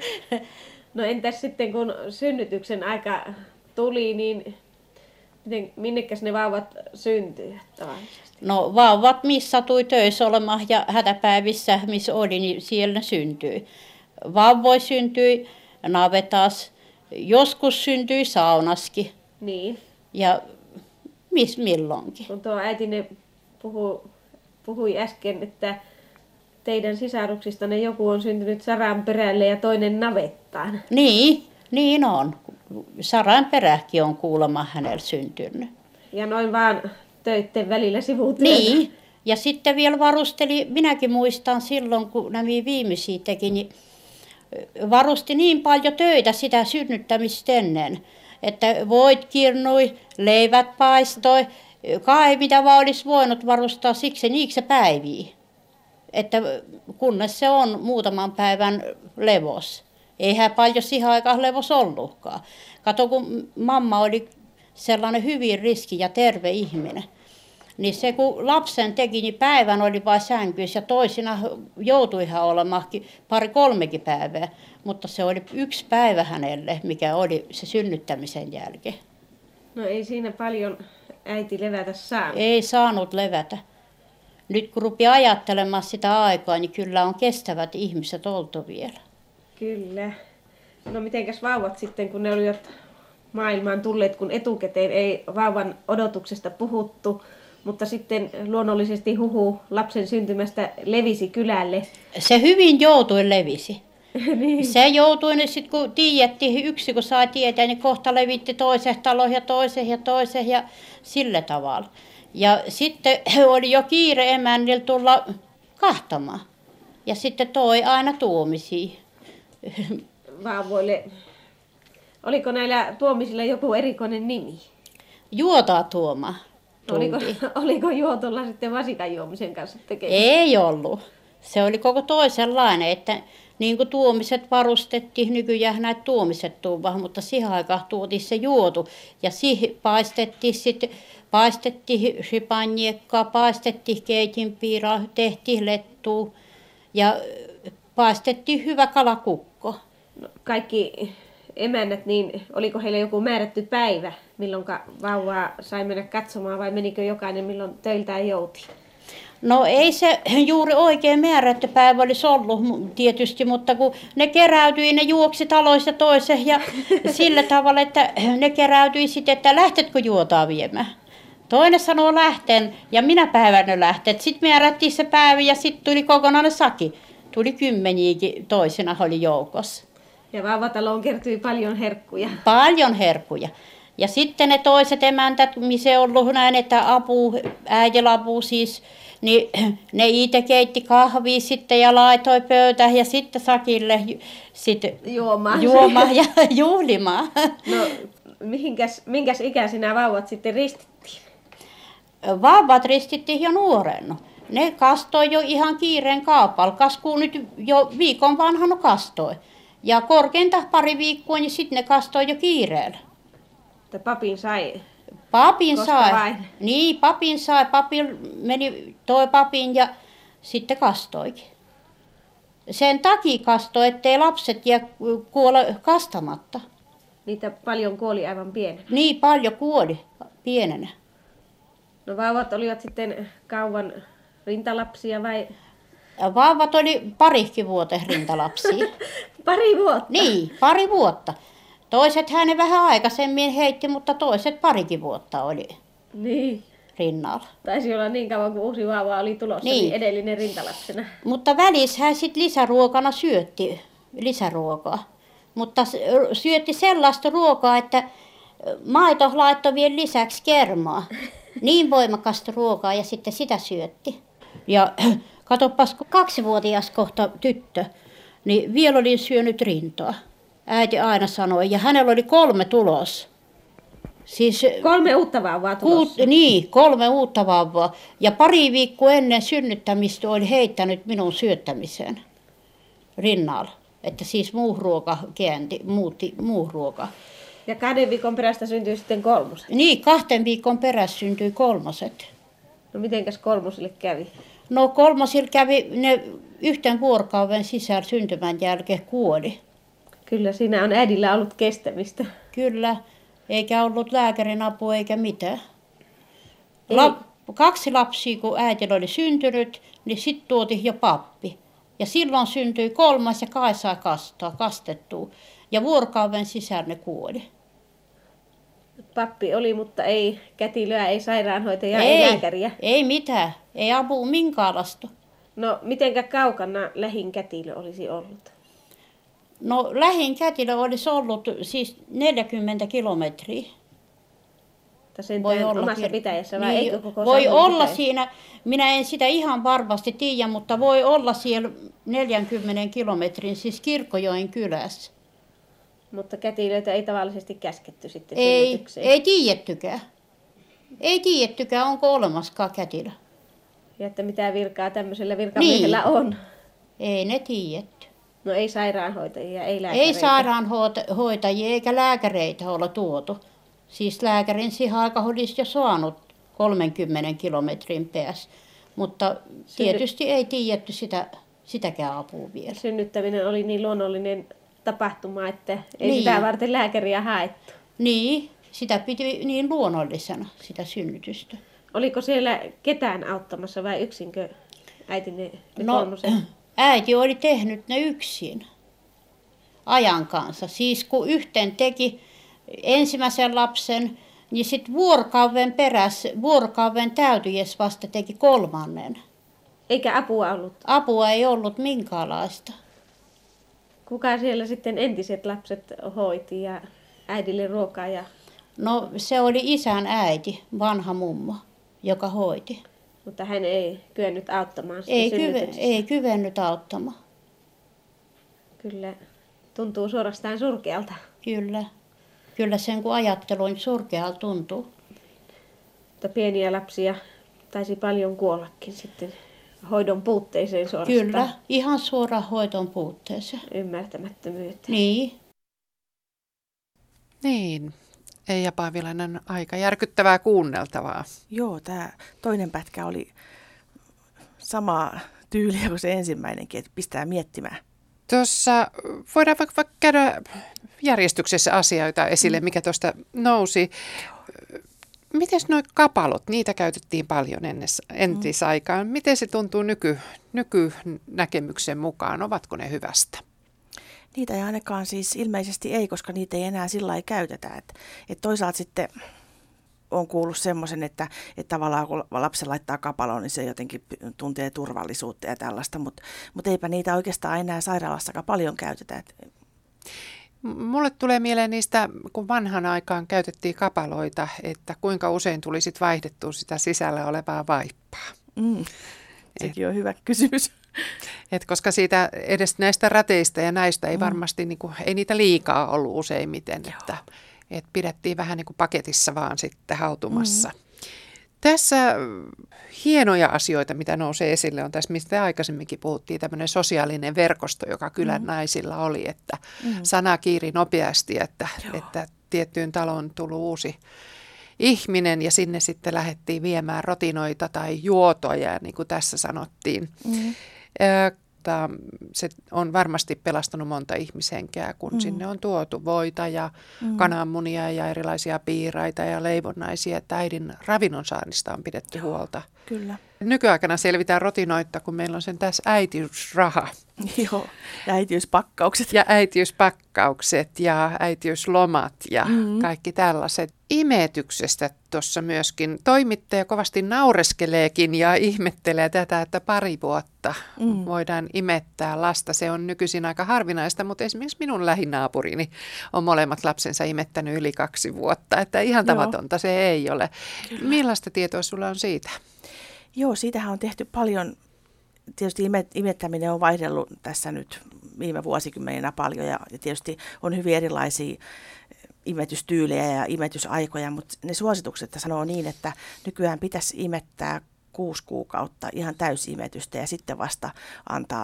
No entäs sitten kun synnytyksen aika tuli, niin miten, minnekäs ne vauvat syntyivät tavallisesti? No vauvat, missä satui töissä olemaan ja hätäpäivissä, missä oli, niin siellä ne syntyi. Vauvoi syntyi navetas, joskus syntyi saunaskin Niin, ja miss milloinkin. kun tuo äitine puhui, puhui äsken, että teidän sisaruksistanne joku on syntynyt Saran perälle ja toinen navettaan. Niin, niin on. Saran perähki on kuulemma hänellä syntynyt. Ja noin vaan töitten välillä sivutyönä. Niin, ja sitten vielä varusteli, minäkin muistan silloin, kun nämä viimeisiä teki, niin varusti niin paljon töitä sitä synnyttämistä ennen, että voit kirnui, leivät paistoi, kai mitä vaan olisi voinut varustaa siksi niiksi päiviä, että kunnes se on muutaman päivän levos. Eihän paljon siihen aikaan levos ollutkaan. Kato, kun mamma oli sellainen hyvin riski ja terve ihminen, niin se kun lapsen teki, niin päivän oli vain sänkyssä ja toisina joutui ihan olemaan pari kolmekin päivää. Mutta se oli yksi päivä hänelle, mikä oli se synnyttämisen jälkeen. No ei siinä paljon äiti levätä saanut. Ei saanut levätä. Nyt kun rupeaa ajattelemaan sitä aikaa, niin kyllä on kestävät ihmiset oltu vielä. Kyllä. No mitenkäs vauvat sitten, kun ne olivat maailmaan tulleet, kun etukäteen ei vauvan odotuksesta puhuttu, mutta sitten luonnollisesti huhu lapsen syntymästä levisi kylälle. Se hyvin joutui levisi. Niin. Se joutui, niin sitten kun tiedettiin, yksi kun sai tietää, niin kohta levitti toiseen taloon ja toiseen ja toiseen ja sillä tavalla. Ja sitten oli jo kiire emännillä tulla kahtamaan. Ja sitten toi aina tuomisia. Vauvoille. Oliko näillä tuomisilla joku erikoinen nimi? Juotaa tuoma. Oliko, tultiin. oliko juotolla sitten vasikan juomisen kanssa tekemistä? Ei ollut. Se oli koko toisenlainen, että niin kuin tuomiset varustettiin, nykyään näitä tuomiset tuovat, mutta siihen aikaan tuotiin se juotu. Ja siihen paistettiin sitten, paistettiin sipanjekkaa, paistettiin keitinpiiraa, tehtiin lettua ja paistettiin hyvä kalakukko. No, kaikki emännät, niin oliko heillä joku määrätty päivä, milloin vauvaa sai mennä katsomaan vai menikö jokainen milloin töiltään jouti? No ei se juuri oikein määrätty päivä olisi ollut tietysti, mutta kun ne keräytyi, ne juoksi taloissa toiseen ja sillä tavalla, että ne keräytyi sitten, että lähtetkö juotaa viemään. Toinen sanoo lähten ja minä päivänä lähten. Sitten määrättiin se päivä ja sitten tuli kokonainen saki. Tuli kymmeniäkin, toisena oli joukossa. Ja vauvataloon kertyi paljon herkkuja. Paljon herkkuja. Ja sitten ne toiset emäntät, missä ei ollut näin, että apu, äidillä apu siis, niin ne itse keitti kahvia sitten ja laitoi pöytään ja sitten sakille sitten Juomaan. juomaan ja juhlimaan. No, mihinkäs, minkäs ikäisinä vauvat sitten ristittiin? Vauvat ristittiin jo nuorena. Ne kastoi jo ihan kiireen kaupalla. Kaskuu nyt jo viikon vanhana kastoi. Ja korkeinta pari viikkoa, niin sitten ne kastoi jo kiireellä. Että papin sai. Papin Koska sai. vain? Niin, papin sai. Papin meni, toi papin ja sitten kastoikin. Sen takia kastoi, ettei lapset jää kuole kastamatta. Niitä paljon kuoli aivan pienenä. Niin paljon kuoli pienenä. No vauvat olivat sitten kauan rintalapsia vai? Vauvat oli parikin vuoteen rintalapsia. Pari vuotta? Niin, pari vuotta. Toiset hänen vähän aikaisemmin heitti, mutta toiset parikin vuotta oli Niin. rinnalla. Taisi olla niin kauan kuin uusi vauva oli tulossa, Niin. niin edellinen rintalapsena. Mutta välissä hän sitten lisäruokana syötti lisäruokaa. Mutta s- syötti sellaista ruokaa, että maito laittoi vielä lisäksi kermaa. Niin voimakasta ruokaa ja sitten sitä syötti. Ja katsopas, kun kaksivuotias kohta tyttö, niin vielä olin syönyt rintaa. Äiti aina sanoi, ja hänellä oli kolme tulos. Siis Kolme uutta vauvaa tulossa. kuut, niin, kolme uutta vauvaa. Ja pari viikkoa ennen synnyttämistä oli heittänyt minun syöttämiseen rinnalla. Että siis muu ruoka käänti, muutti muu ruoka. Ja kahden viikon perästä syntyi sitten kolmoset. Niin, kahden viikon perässä syntyi kolmoset. No mitenkäs kolmosille kävi? No kolmosilla kävi, ne yhten vuorokauden sisällä syntymän jälkeen kuoli. Kyllä siinä on äidillä ollut kestämistä. Kyllä, eikä ollut lääkärin apua eikä mitään. La- kaksi lapsia, kun äitillä oli syntynyt, niin sitten tuotiin jo pappi. Ja silloin syntyi kolmas ja Kaisaa kastaa, kastettua. Ja vuorokauden sisällä ne kuoli. Pappi oli, mutta ei kätilöä, ei sairaanhoitajaa, ei, ei ei lääkäriä. Ei mitään, ei apua minkäänlaista. No mitenkä kaukana lähin kätilö olisi ollut? No lähin kätilö olisi ollut siis neljäkymmentä kilometriä. Voi olla omassa kyllä. pitäjässä vai Niin, eikö koko voi Savon olla pitäjä? siinä, minä en sitä ihan varmasti tiedä, mutta voi olla siellä neljänkymmenen kilometrin, siis Kirkkojoen kylässä. Mutta kätilöitä ei tavallisesti käsketty sitten Ei, synnytykseen. ei tiedettykään. Ei tiedettykään, onko olemaskaan kätilö. Ja että mitä virkaa tämmöisellä virkamiehellä Niin. on. Ei ne tiedetty. No ei sairaanhoitajia, ei lääkäreitä. Ei sairaanhoitajia eikä lääkäreitä olla tuotu. Siis lääkärin siihen aika olisi jo saanut kolmenkymmenen kilometrin päässä. Mutta tietysti ei tiedetty sitä, sitäkään apua vielä. Synnyttäminen oli niin luonnollinen tapahtuma, että ei Niin. sitä varten lääkäriä haettu. Niin, sitä piti niin luonnollisena, sitä synnytystä. Oliko siellä ketään auttamassa vai yksinkö äiti ne, ne No, kolmoset? äiti oli tehnyt ne yksin ajan kanssa. Siis kun yhten teki ensimmäisen lapsen, niin sitten vuorokauden perässä, vuorokauden täytyessä vasta teki kolmannen. Eikä apua ollut. Apua ei ollut minkäänlaista. Kuka siellä sitten entiset lapset hoiti ja äidille ruokaa ja... No se oli isän äiti, vanha mummo, joka hoiti. Mutta hän ei kyennyt auttamaan sitä Ei, kyve, synnytyksessä. ei kyvennyt auttamaan, Kyllä tuntuu suorastaan surkealta. kyllä. Kyllä sen kun ajatteluin surkealta tuntuu. Mutta pieniä lapsia taisi paljon kuollakin sitten hoidon puutteeseen suorastaan. Kyllä, ihan suoraan hoidon puutteeseen. Ymmärtämättömyyteen. Niin, Niin, Eija Paavilainen, aika järkyttävää kuunneltavaa. Joo, tämä toinen pätkä oli samaa tyyliä kuin se ensimmäinenkin, että pistää miettimään. Tuossa voidaan vaikka, vaikka käydä järjestyksessä asioita esille, mikä tuosta nousi. Miten nuo kapalot, niitä käytettiin paljon ennessä, entisaikaan. Miten se tuntuu nyky, nykynäkemyksen mukaan? Ovatko ne hyvästä? Niitä ei ainakaan siis ilmeisesti ei, koska niitä ei enää sillä lailla käytetä. Et, et toisaalta sitten on kuullut semmoisen, että, että tavallaan kun lapsen laittaa kapaloon, niin se jotenkin tuntee turvallisuutta ja tällaista, mutta mut eipä niitä oikeastaan enää sairaalassakaan paljon käytetä. Et, Mulle tulee mieleen niistä, kun vanhan aikaan käytettiin kapaloita, että kuinka usein tuli sit vaihdettua sitä sisällä olevaa vaippaa. mm, sekin on hyvä kysymys. Et koska siitä edes näistä rateista ja näistä ei varmasti, niin kuin, ei niitä liikaa ollut useimmiten, että, että pidettiin vähän niin kuin paketissa vaan sitten hautumassa. Mm. Tässä hienoja asioita, mitä nousee esille, on tässä, mistä aikaisemminkin puhuttiin, tämmöinen sosiaalinen verkosto, joka kylän mm. naisilla oli, että mm. sana kiiri nopeasti, että, että tiettyyn taloon tuli uusi ihminen ja sinne sitten lähdettiin viemään rotinoita tai juotoja, niin kuin tässä sanottiin. Mm. Se on varmasti pelastanut monta ihmishenkeä, kun mm. sinne on tuotu voita ja mm. kananmunia ja erilaisia piiraita ja leivonnaisia, että äidin ravinnon saannista on pidetty Joo, huolta. Kyllä. Nykyaikana selvitään rotinoita, kun meillä on sen tässä äitiysraha. Joo, ja äitiyspakkaukset. Ja äitiyspakkaukset ja äitiyslomat ja mm-hmm. kaikki tällaiset. Imetyksestä tuossa myöskin toimittaja kovasti naureskeleekin ja ihmettelee tätä, että pari vuotta mm. voidaan imettää lasta. Se on nykyisin aika harvinaista, mutta esimerkiksi minun lähinaapurini on molemmat lapsensa imettänyt yli kaksi vuotta. Että ihan tavatonta Joo. se ei ole. Kyllä. Millaista tietoa sulla on siitä? Joo, siitähän on tehty paljon. Tietysti imettäminen on vaihdellut tässä nyt viime vuosikymmeninä paljon ja tietysti on hyvin erilaisia imetystyylejä ja imetysaikoja, mutta ne suositukset sanoo niin, että nykyään pitäisi imettää kuusi kuukautta ihan täysimetystä ja sitten vasta antaa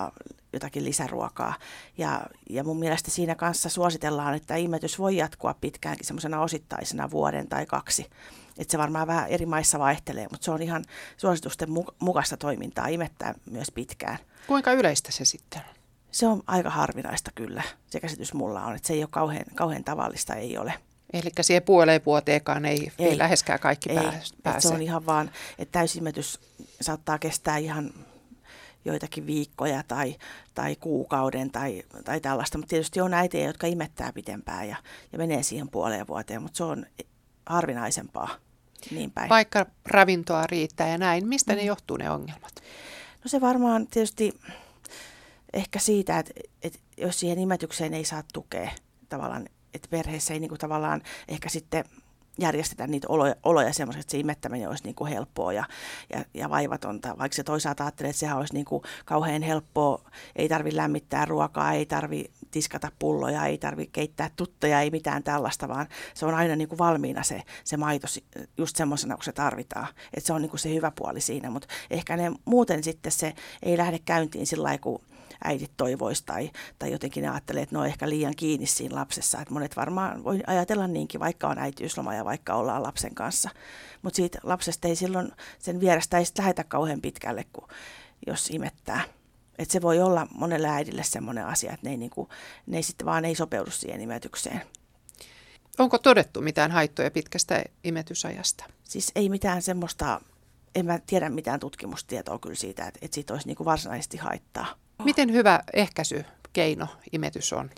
jotakin lisäruokaa. Ja, ja mun mielestä siinä kanssa suositellaan, että imetys voi jatkua pitkäänkin semmoisena osittaisena vuoden tai kaksi. Että se varmaan vähän eri maissa vaihtelee, mutta se on ihan suositusten mukaista toimintaa imettää myös pitkään. Kuinka yleistä se sitten on? Se on aika harvinaista kyllä. Se käsitys mulla on, että se ei ole kauhean, kauhean tavallista, ei ole. Eli siihen puoleen vuoteenkaan ei, ei, ei läheskään kaikki ei, pääse. Se on ihan vaan, että täysimetys saattaa kestää ihan joitakin viikkoja tai, tai kuukauden tai, tai tällaista. Mutta tietysti on äitejä, jotka imettää pitempään ja, ja menee siihen puoleen vuoteen, mutta se on harvinaisempaa. Niin päin. Vaikka ravintoa riittää ja näin, mistä mm. ne johtuu ne ongelmat? No se varmaan tietysti ehkä siitä, että, että jos siihen imetykseen ei saa tukea tavallaan, että perheessä ei niin kuin tavallaan ehkä sitten järjestetä niitä oloja, oloja semmoiset, että se imettäminen olisi niin kuin helppoa ja, ja, ja vaivatonta, vaikka se toisaalta ajattelee, että sehän olisi niin kuin kauhean helppoa, ei tarvitse lämmittää ruokaa, ei tarvitse tiskata pulloja, ei tarvitse keittää tutteja, ei mitään tällaista, vaan se on aina niin kuin valmiina se, se maito just semmoisena, kun se tarvitaan. Että se on niin kuin se hyvä puoli siinä, mutta ehkä ne muuten sitten se ei lähde käyntiin sillä lailla, kun äidit toivoisi tai, tai jotenkin ne ajattelee, että ne on ehkä liian kiinni siinä lapsessa. Että monet varmaan voi ajatella niinkin, vaikka on äitiysloma ja vaikka ollaan lapsen kanssa. Mutta siitä lapsesta ei silloin, sen vierestä ei sitten lähetä kauhean pitkälle, kun, jos imettää. Että se voi olla monelle äidille semmoinen asia, että ne ei, niinku, ne ei sitten vaan ei sopeudu siihen imetykseen. Onko todettu mitään haittoja pitkästä imetysajasta? Siis ei mitään semmoista, en mä tiedä mitään tutkimustietoa kyllä siitä, että, että siitä olisi niinku varsinaisesti haittaa. Miten hyvä ehkäisykeino imetys on?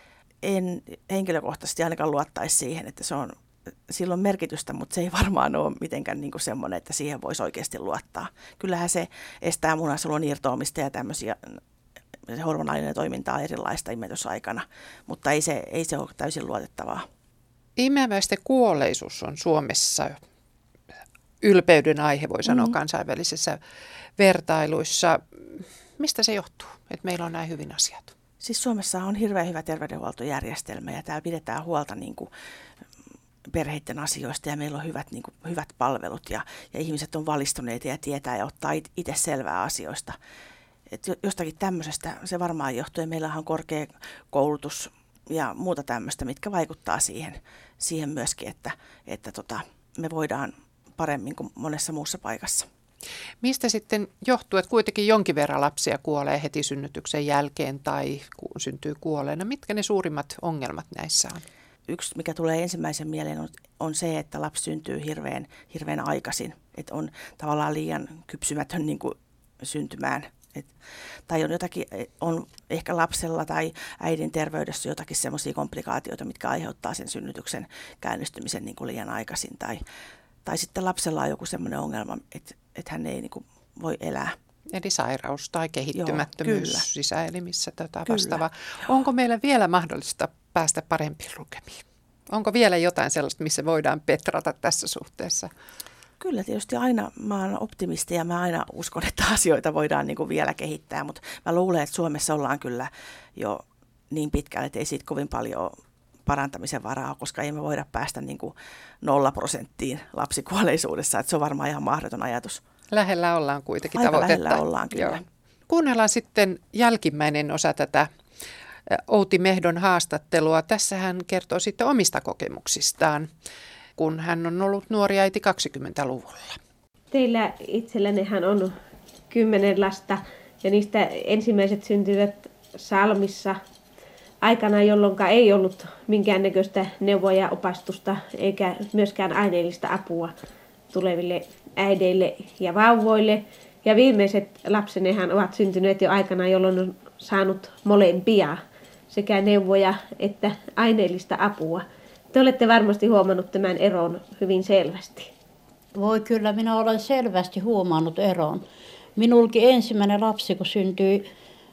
En henkilökohtaisesti ainakaan luottaisi siihen, että se on, sillä on merkitystä, mutta se ei varmaan ole mitenkään niin kuin semmoinen, että siihen voisi oikeasti luottaa. Kyllähän se estää munasolun irtoamista ja tämmöisiä, se hormonaalinen toiminta on erilaista imetysaikana, mutta ei se, ei se ole täysin luotettavaa. Imeväisten kuolleisuus on Suomessa ylpeyden aihe, voi sanoa mm-hmm. kansainvälisissä vertailuissa. Mistä se johtuu, että meillä on näin hyvin asiat? Siis Suomessa on hirveän hyvä terveydenhuoltojärjestelmä ja täällä pidetään huolta niin kuin perheiden asioista ja meillä on hyvät, niin kuin, hyvät palvelut ja, ja ihmiset on valistuneita ja tietää ja ottaa itse selvää asioista. Et jostakin tämmöisestä se varmaan johtuu ja meillähän on korkea koulutus ja muuta tämmöistä, mitkä vaikuttaa siihen, siihen myöskin, että, että tota, me voidaan paremmin kuin monessa muussa paikassa. Mistä sitten johtuu, että kuitenkin jonkin verran lapsia kuolee heti synnytyksen jälkeen tai kun syntyy kuolleena? Mitkä ne suurimmat ongelmat näissä on? Yksi, mikä tulee ensimmäisen mieleen, on, on se, että lapsi syntyy hirveän, hirveän aikaisin. Että on tavallaan liian kypsymätön niin kuin syntymään. Et, tai on jotakin, on ehkä lapsella tai äidin terveydessä jotakin semmoisia komplikaatioita, mitkä aiheuttaa sen synnytyksen käynnistymisen niin kuin liian aikaisin. Tai, tai sitten lapsella on joku semmoinen ongelma, että että hän ei niin kuin voi elää. Eli sairaus tai kehittymättömyys Joo, sisäelimissä tätä vastaavaa. Onko meillä vielä mahdollista päästä parempiin lukemiin? Onko vielä jotain sellaista, missä voidaan petrata tässä suhteessa? Kyllä tietysti aina, mä oon optimisti ja mä aina uskon, että asioita voidaan niin kuin vielä kehittää, mutta mä luulen, että Suomessa ollaan kyllä jo niin pitkälle, että ei siitä kovin paljon parantamisen varaa, koska ei me voida päästä niin kuin nolla prosenttiin lapsikuolleisuudessa, että se on varmaan ihan mahdoton ajatus. Lähellä ollaan kuitenkin Aika tavoitetta. lähellä ollaan kyllä. Joo. Kuunnellaan sitten jälkimmäinen osa tätä Outi Mehdon haastattelua. Tässä hän kertoo sitten omista kokemuksistaan, kun hän on ollut nuori äiti kaksikymmentäluvulla. Teillä itsellännehän on kymmenen lasta ja niistä ensimmäiset syntyivät Salmissa aikana, jolloin ei ollut minkäännäköistä neuvoa ja opastusta eikä myöskään aineellista apua tuleville äideille ja vauvoille. Ja viimeiset lapsenehan ovat syntyneet jo aikana, jolloin on saanut molempia, sekä neuvoja että aineellista apua. Te olette varmasti huomannut tämän eron hyvin selvästi. Voi kyllä, minä olen selvästi huomannut eron. Minulkin ensimmäinen lapsi, kun syntyi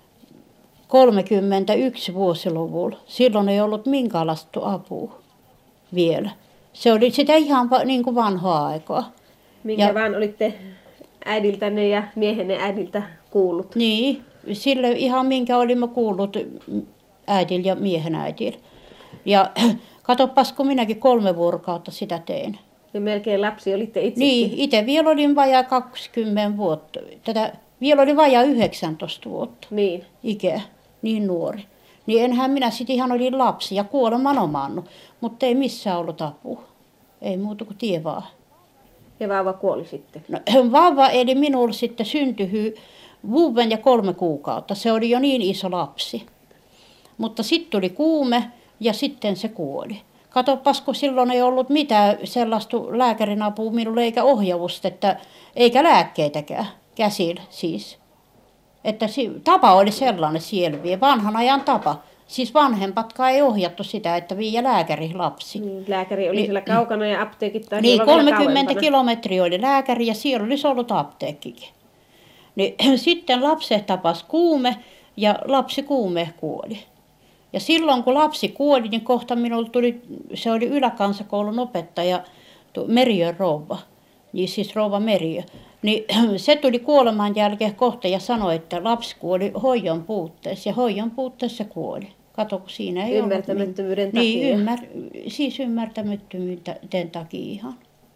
kolmekymmentäyksi vuosiluvulla. Silloin ei ollut minkäänlaista apua vielä. Se oli sitä ihan niin kuin vanhaa aikaa. Minkä ja, vaan olitte äidiltänne ja miehenne äidiltä kuullut? Niin, sille ihan minkä olimme kuullut äidillä ja miehen äidillä. Ja katsopas, kun minäkin kolme vuorokautta sitä tein. Ja melkein lapsi olitte itsekin. Niin, itse vielä olin vajaa kaksikymmentä vuotta. Tätä Vielä oli vajaa yhdeksäntoista vuotta Niin. ikä, niin nuori. Niin enhän minä sitten ihan olin lapsi ja kuoleman omannut, mutta ei missään ollut apua. Ei muuta kuin tie vaan. Ja vauva kuoli sitten. No, vauva eli minulla sitten syntyi vuoden ja kolme kuukautta. Se oli jo niin iso lapsi. Mutta sitten tuli kuume ja sitten se kuoli. Katopas, kun silloin ei ollut mitään sellaista lääkärin apua minulle eikä ohjausta, että, eikä lääkkeitäkään käsillä siis. Että tapa oli sellainen selviä, vanhan ajan tapa. Siis vanhempatkaan ei ohjattu sitä, että viiä lääkäri lapsi. Niin, lääkäri oli niin, siellä kaukana ja apteekit taisi niin, olla kolmekymmentä kilometriä oli lääkäri ja siellä olisi ollut apteekkikin. Niin, sitten lapset tapas kuume ja lapsi kuume kuoli. Ja silloin kun lapsi kuoli, niin kohta minulle tuli, se oli yläkansakoulun opettaja, Meriön rouva, niin siis rouva Meriö. Niin se tuli kuoleman jälkeen kohta ja sanoi, että lapsi kuoli hoidon puutteessa ja hoidon puutteessa kuoli. Kato, kun siinä ei Ymmärtämättömyyden ollut, takia. Niin, ymmär, siis ymmärtämättömyyden takia ihan.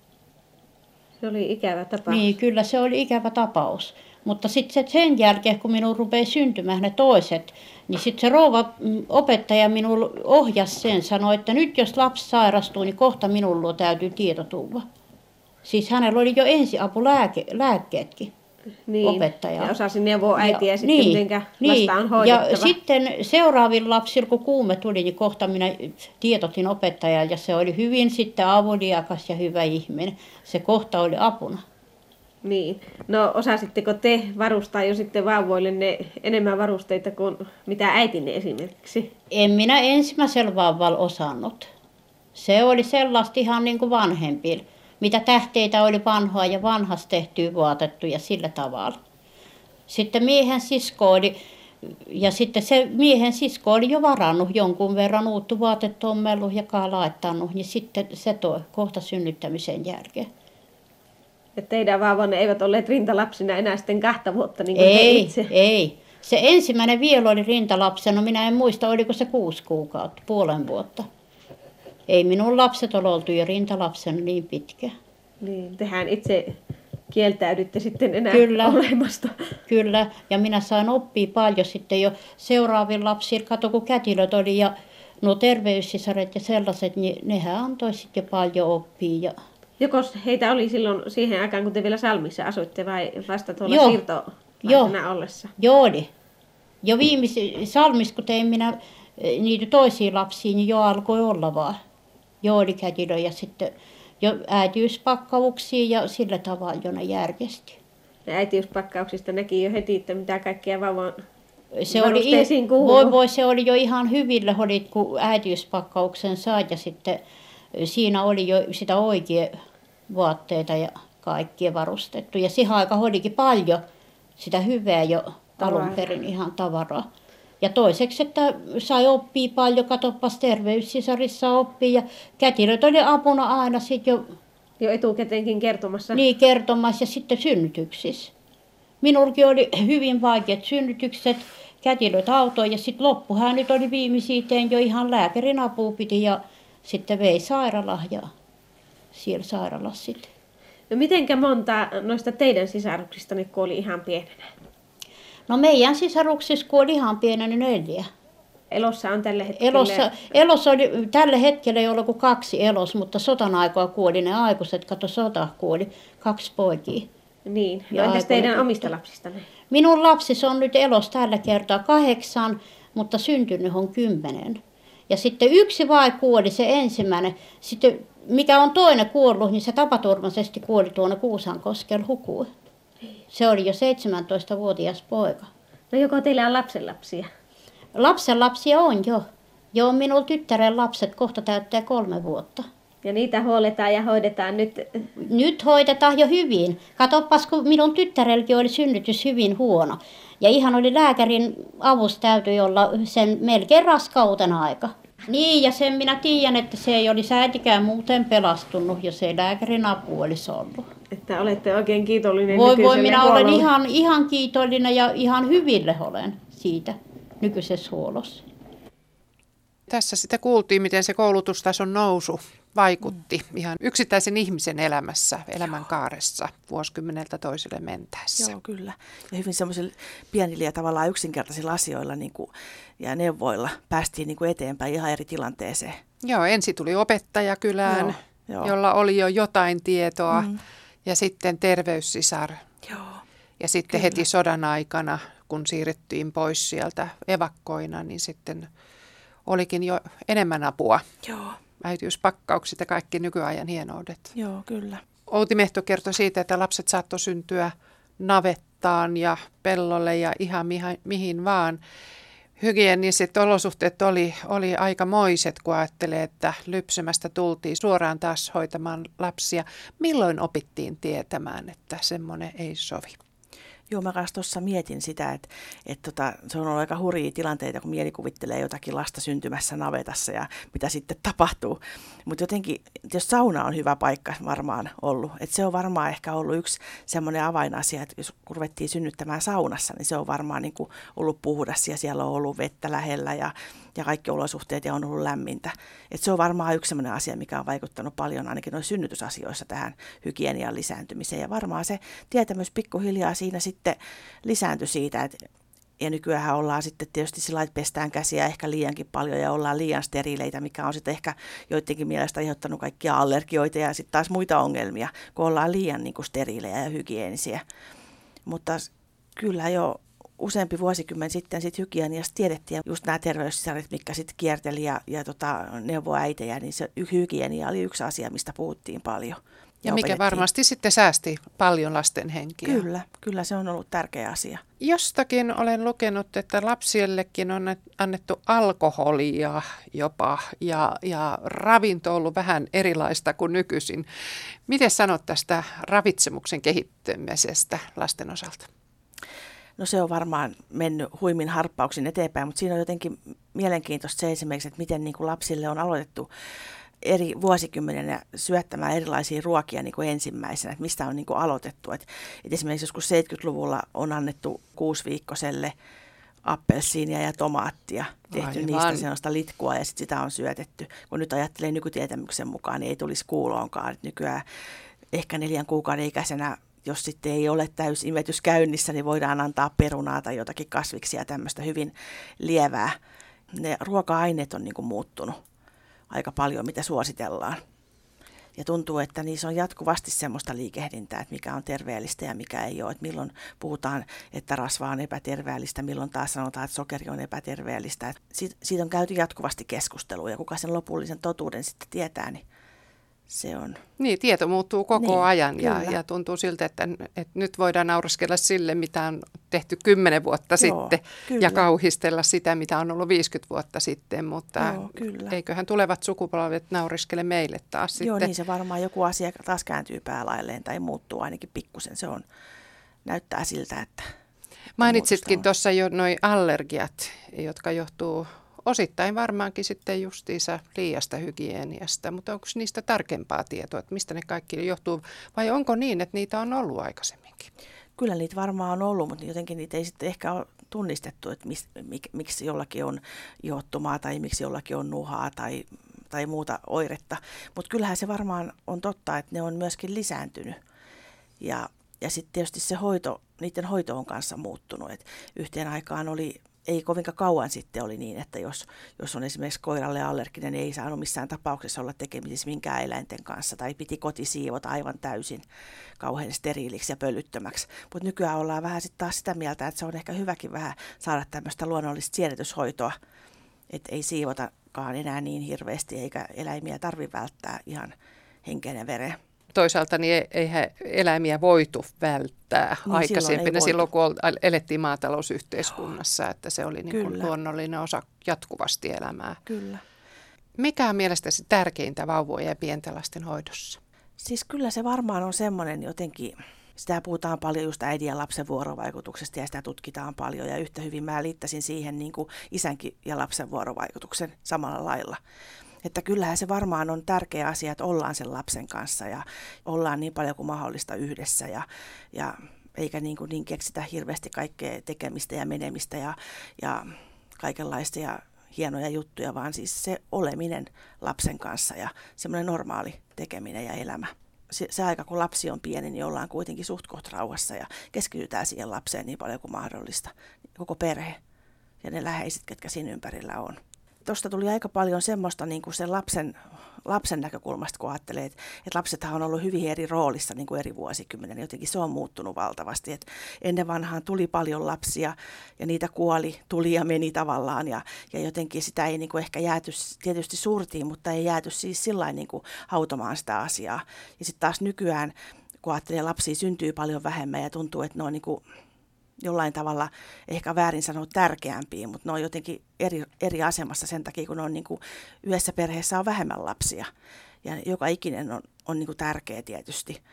Se oli ikävä tapaus. Niin, kyllä se oli ikävä tapaus. Mutta sitten sen jälkeen, kun minun rupeaa syntymään ne toiset, niin sitten se rouva opettaja minulle ohjasi sen, sanoi, että nyt jos lapsi sairastuu, niin kohta minulla täytyy tieto tulla. Siis hänellä oli jo ensiapulääkkeetkin, niin. opettaja. Ja osasi neuvoa äitiä ja, sitten, niin, miten niin. lasta on hoidettava. Ja sitten seuraavilla lapsilla, kun kuume tuli, niin kohta minä tiedotin opettajalle, ja se oli hyvin sitten avuliakas ja hyvä ihminen. Se kohta oli apuna. Niin. No osasitteko te varustaa jo sitten vauvoille ne enemmän varusteita kuin mitä äitinne esimerkiksi? En minä ensimmäisellä vauvalla osannut. Se oli sellaista ihan niin kuin vanhempilla. Mitä tähteitä oli vanhaa ja vanhasta tehtyä vaatettu ja sillä tavalla. Sitten miehen sisko oli, ja sitten se miehen sisko oli jo varannut jonkun verran uutta vaatetommellut ja laittanut, niin sitten se toi kohta synnyttämisen jälkeen. Ja teidän vauvanne eivät olleet rintalapsina enää sitten kahta vuotta niin kuin ei, te itse? Ei, se ensimmäinen vielä oli rintalapsena, minä en muista oliko se kuusi kuukautta, puolen vuotta. Ei minun lapset ole oltu jo rintalapsena niin pitkä. Niin, tehän itse kieltäydytte sitten enää kyllä, olemasta. Kyllä, ja minä sain oppia paljon sitten jo seuraavilla lapsilla. Kato, kun kätilöt oli ja nuo terveyssisaret ja sellaiset, niin nehän antoi sitten jo paljon oppia. Ja... Joko heitä oli silloin siihen aikaan, kun te vielä Salmissa asuitte vai vasta tuolla Joo. siirtolaisena ollessa? Joo oli. Jo viimeisen Salmissa, kun tein minä niitä toisia lapsia, niin jo alkoi olla vaan. Jo oli kätilö ja sitten jo äitiyspakkauksia ja sillä tavalla jo ne järjesti. Ja äitiyspakkauksista näki jo heti, että mitä kaikkia vauvan se oli, voi, voi, se oli jo ihan hyville holit, kun äitiyspakkauksen sai ja sitten siinä oli jo sitä oikea vaatteita ja kaikkia varustettu. Ja siihen aikaan olikin paljon sitä hyvää jo alun perin ihan tavaraa. Ja toiseksi, että sai oppia paljon, katsopas terveyssisarissa oppia ja kätilöt oli apuna aina sitten jo. Jo etukäteenkin kertomassa. Niin, kertomassa ja sitten synnytyksissä. Minullakin oli hyvin vaikeat synnytykset, kätilöt autoon ja sitten loppuhan nyt oli viimeisiin jo ihan lääkärin apua piti ja sitten vei sairaalaan ja siellä sairaalassa sitten. No mitenkä monta noista teidän sisaruksistanne kuoli ihan pienenä? No meidän sisaruksissa kuoli ihan pienenä neljä. Elossa on tällä hetkellä? Elossa, elossa oli, tällä hetkellä ei ole kuin kaksi elossa, mutta sotan aikaa kuoli ne aikuiset. Kato, sota kuoli kaksi poikia. Niin, no entäs teidän omista lapsistanne? Minun lapsissa on nyt elossa tällä kertaa kahdeksan, mutta syntynyt on kymmenen. Ja sitten yksi vai kuoli, se ensimmäinen. Sitten mikä on toinen kuollut, niin se tapaturmaisesti kuoli tuonne Kuusankoskella hukui. Se oli jo seitsemäntoistavuotias poika. No joko teillä on lapsenlapsia? Lapsenlapsia on jo. Joo, minulla tyttären lapset kohta täyttää kolme vuotta. Ja niitä huoletaan ja hoidetaan nyt? Nyt hoidetaan jo hyvin. Katoppas, kun minun tyttärelläkin oli synnytys hyvin huono. Ja ihan oli lääkärin avussa täytyi olla sen melkein raskauden aika. Niin, ja sen minä tiedän, että se ei olisi äitikään muuten pelastunut, jos ei lääkärin apu olisi ollut. Että olette oikein kiitollinen voi, nykyiselle voi, minä huollolle. olen ihan, ihan kiitollinen ja ihan hyville olen siitä nykyisessä huollossa. Tässä sitä kuultiin, miten se koulutustason nousu vaikutti mm. ihan yksittäisen ihmisen elämässä, elämänkaaressa vuosikymmeneltä toiselle mentäessä. Joo, kyllä. Ja hyvin semmoisilla pienillä ja tavallaan yksinkertaisilla asioilla niin kuin, ja neuvoilla päästiin niin kuin eteenpäin ihan eri tilanteeseen. Joo, ensin tuli opettaja kylään, Joo, joo. jolla oli jo jotain tietoa, mm. ja sitten terveyssisar. Joo, ja sitten kyllä. heti sodan aikana, kun siirryttiin pois sieltä evakkoina, niin sitten olikin jo enemmän apua. Joo. Äitiyspakkaukset ja kaikki nykyajan hienoudet. Joo, kyllä. Outi Mehto kertoi siitä, että lapset saattoi syntyä navettaan ja pellolle ja ihan mihin, mihin vaan. Hygieniset olosuhteet oli, oli aikamoiset, kun ajattelee, että lypsymästä tultiin suoraan taas hoitamaan lapsia. Milloin opittiin tietämään, että semmoinen ei sovi? Joo, mä kanssa tuossa mietin sitä, että, että tota, se on ollut aika hurjia tilanteita, kun mielikuvittelee jotakin lasta syntymässä navetassa ja mitä sitten tapahtuu. Mutta jotenkin, jos sauna on hyvä paikka varmaan ollut, että se on varmaan ehkä ollut yksi semmoinen avainasia, että jos ruvettiin synnyttämään saunassa, niin se on varmaan niin kuin ollut puhdas ja siellä on ollut vettä lähellä ja, ja kaikki olosuhteet ja on ollut lämmintä. Että se on varmaan yksi semmoinen asia, mikä on vaikuttanut paljon ainakin noissa synnytysasioissa tähän hygienian lisääntymiseen. Ja varmaan se tietämys pikkuhiljaa siinä sitten lisääntyi siitä, että ja nykyään ollaan sitten tietysti sillä lailla, että pestään käsiä ehkä liiankin paljon ja ollaan liian steriileitä, mikä on sitten ehkä joidenkin mielestä aiheuttanut kaikkia allergioita ja sitten taas muita ongelmia, kun ollaan liian niin kuin steriilejä ja hygienisiä. Mutta kyllä jo useampi vuosikymmen sitten sit hygieniasta tiedettiin, ja just nämä terveyssisarit, mitkä sitten kierteli ja, ja tota, neuvoi äitejä, niin se hygienia oli yksi asia, mistä puhuttiin paljon. Ja, ja mikä varmasti sitten säästi paljon lasten henkiä. Kyllä, kyllä se on ollut tärkeä asia. Jostakin olen lukenut, että lapsillekin on annettu alkoholia jopa ja, ja ravinto on ollut vähän erilaista kuin nykyisin. Miten sanot tästä ravitsemuksen kehittymisestä lasten osalta? No se on varmaan mennyt huimin harppauksin eteenpäin, mutta siinä on jotenkin mielenkiintoista se esimerkiksi, että miten niin kuin lapsille on aloitettu eri vuosikymmenenä syöttämään erilaisia ruokia niin kuin ensimmäisenä, että mistä on niin kuin aloitettu. Et, et esimerkiksi joskus seitsemänkymmentäluvulla on annettu kuusiviikkoselle appelsiinia ja tomaattia, tehty Aivan. niistä sellaista litkua ja sit sitä on syötetty. Kun nyt ajattelee nykytietämyksen mukaan, niin ei tulisi kuuloonkaan. Et nykyään ehkä neljän kuukauden ikäisenä, jos sitten ei ole täysimetys käynnissä, niin voidaan antaa perunaa tai jotakin kasviksia ja tämmöistä hyvin lievää. Ne ruoka-aineet on niin kuin muuttunut aika paljon, mitä suositellaan. Ja tuntuu, että niissä on jatkuvasti semmoista liikehdintää, että mikä on terveellistä ja mikä ei ole. Että milloin puhutaan, että rasva on epäterveellistä, milloin taas sanotaan, että sokeri on epäterveellistä. Siitä, siitä on käyty jatkuvasti keskustelua ja kuka sen lopullisen totuuden sitten tietää, niin se on. Niin, tieto muuttuu koko niin, ajan ja, ja tuntuu siltä, että, että nyt voidaan nauraskella sille, mitä on tehty kymmenen vuotta Joo, sitten kyllä. ja kauhistella sitä, mitä on ollut viisikymmentä vuotta sitten, mutta Joo, eiköhän tulevat sukupolvet nauriskele meille taas Joo, sitten. niin se varmaan joku asia taas kääntyy päälailleen tai muuttuu ainakin pikkusen. Se on, näyttää siltä, että. Mainitsitkin tuossa jo nuo allergiat, jotka johtuu osittain varmaankin sitten justiinsa liiasta hygieniasta, mutta onko niistä tarkempaa tietoa, että mistä ne kaikki johtuu, vai onko niin, että niitä on ollut aikaisemminkin? Kyllä niitä varmaan on ollut, mutta jotenkin niitä ei sitten ehkä ole tunnistettu, että mis, mik, miksi jollakin on ihottumaa tai miksi jollakin on nuhaa tai, tai muuta oiretta. Mutta kyllähän se varmaan on totta, että ne on myöskin lisääntynyt ja, ja sitten tietysti se hoito, niiden hoito on kanssa muuttunut, että yhteen aikaan oli ei kovinkaan kauan sitten oli niin, että jos, jos on esimerkiksi koiralle allerginen, niin ei saanut missään tapauksessa olla tekemisissä minkään eläinten kanssa. Tai piti koti siivota aivan täysin kauhean steriiliksi ja pölyttömäksi. Mutta nykyään ollaan vähän sitten taas sitä mieltä, että se on ehkä hyväkin vähän saada tämmöistä luonnollista siedätyshoitoa. Että ei siivotakaan enää niin hirveästi, eikä eläimiä tarvitse välttää ihan henkeen ja vereen. Toisaalta niin eihän eläimiä voitu välttää niin aikaisempina silloin, kun elettiin maatalousyhteiskunnassa, Joo. että se oli niin kuin luonnollinen osa jatkuvasti elämää. Kyllä. Mikä on mielestäsi tärkeintä vauvojen ja pienten lasten hoidossa? Siis kyllä se varmaan on semmoinen jotenkin, sitä puhutaan paljon just äidin ja lapsen vuorovaikutuksesta ja sitä tutkitaan paljon ja yhtä hyvin mä liittäisin siihen niin kuin isänkin ja lapsen vuorovaikutuksen samalla lailla. Että kyllähän se varmaan on tärkeä asia, että ollaan sen lapsen kanssa ja ollaan niin paljon kuin mahdollista yhdessä ja, ja eikä niin, kuin niin keksitä hirveästi kaikkea tekemistä ja menemistä ja, ja kaikenlaista ja hienoja juttuja, vaan siis se oleminen lapsen kanssa ja semmoinen normaali tekeminen ja elämä. Se, se aika, kun lapsi on pieni, niin ollaan kuitenkin suht koht rauhassa ja keskitytään siihen lapseen niin paljon kuin mahdollista. Koko perhe ja ne läheiset, ketkä siinä ympärillä on. Tuosta tuli aika paljon semmoista niin kuin sen lapsen, lapsen näkökulmasta, kun ajattelee, että, että lapsethan on ollut hyvin eri roolissa niin kuin eri vuosikymmenen. Jotenkin se on muuttunut valtavasti. Että ennen vanhaan tuli paljon lapsia ja niitä kuoli, tuli ja meni tavallaan. Ja, ja jotenkin sitä ei niin kuin ehkä jääty, tietysti surtiin, mutta ei jääty siis sillain niin kuin hautomaan sitä asiaa. Ja sitten taas nykyään, kun ajattelee, lapsia syntyy paljon vähemmän ja tuntuu, että ne on niin kuin jollain tavalla ehkä väärin sanoa tärkeämpiä, mutta ne on jotenkin eri, eri asemassa sen takia, kun ne on niin kuin, yhdessä perheessä on vähemmän lapsia. Ja joka ikinen on, on niin kuin tärkeä tietysti.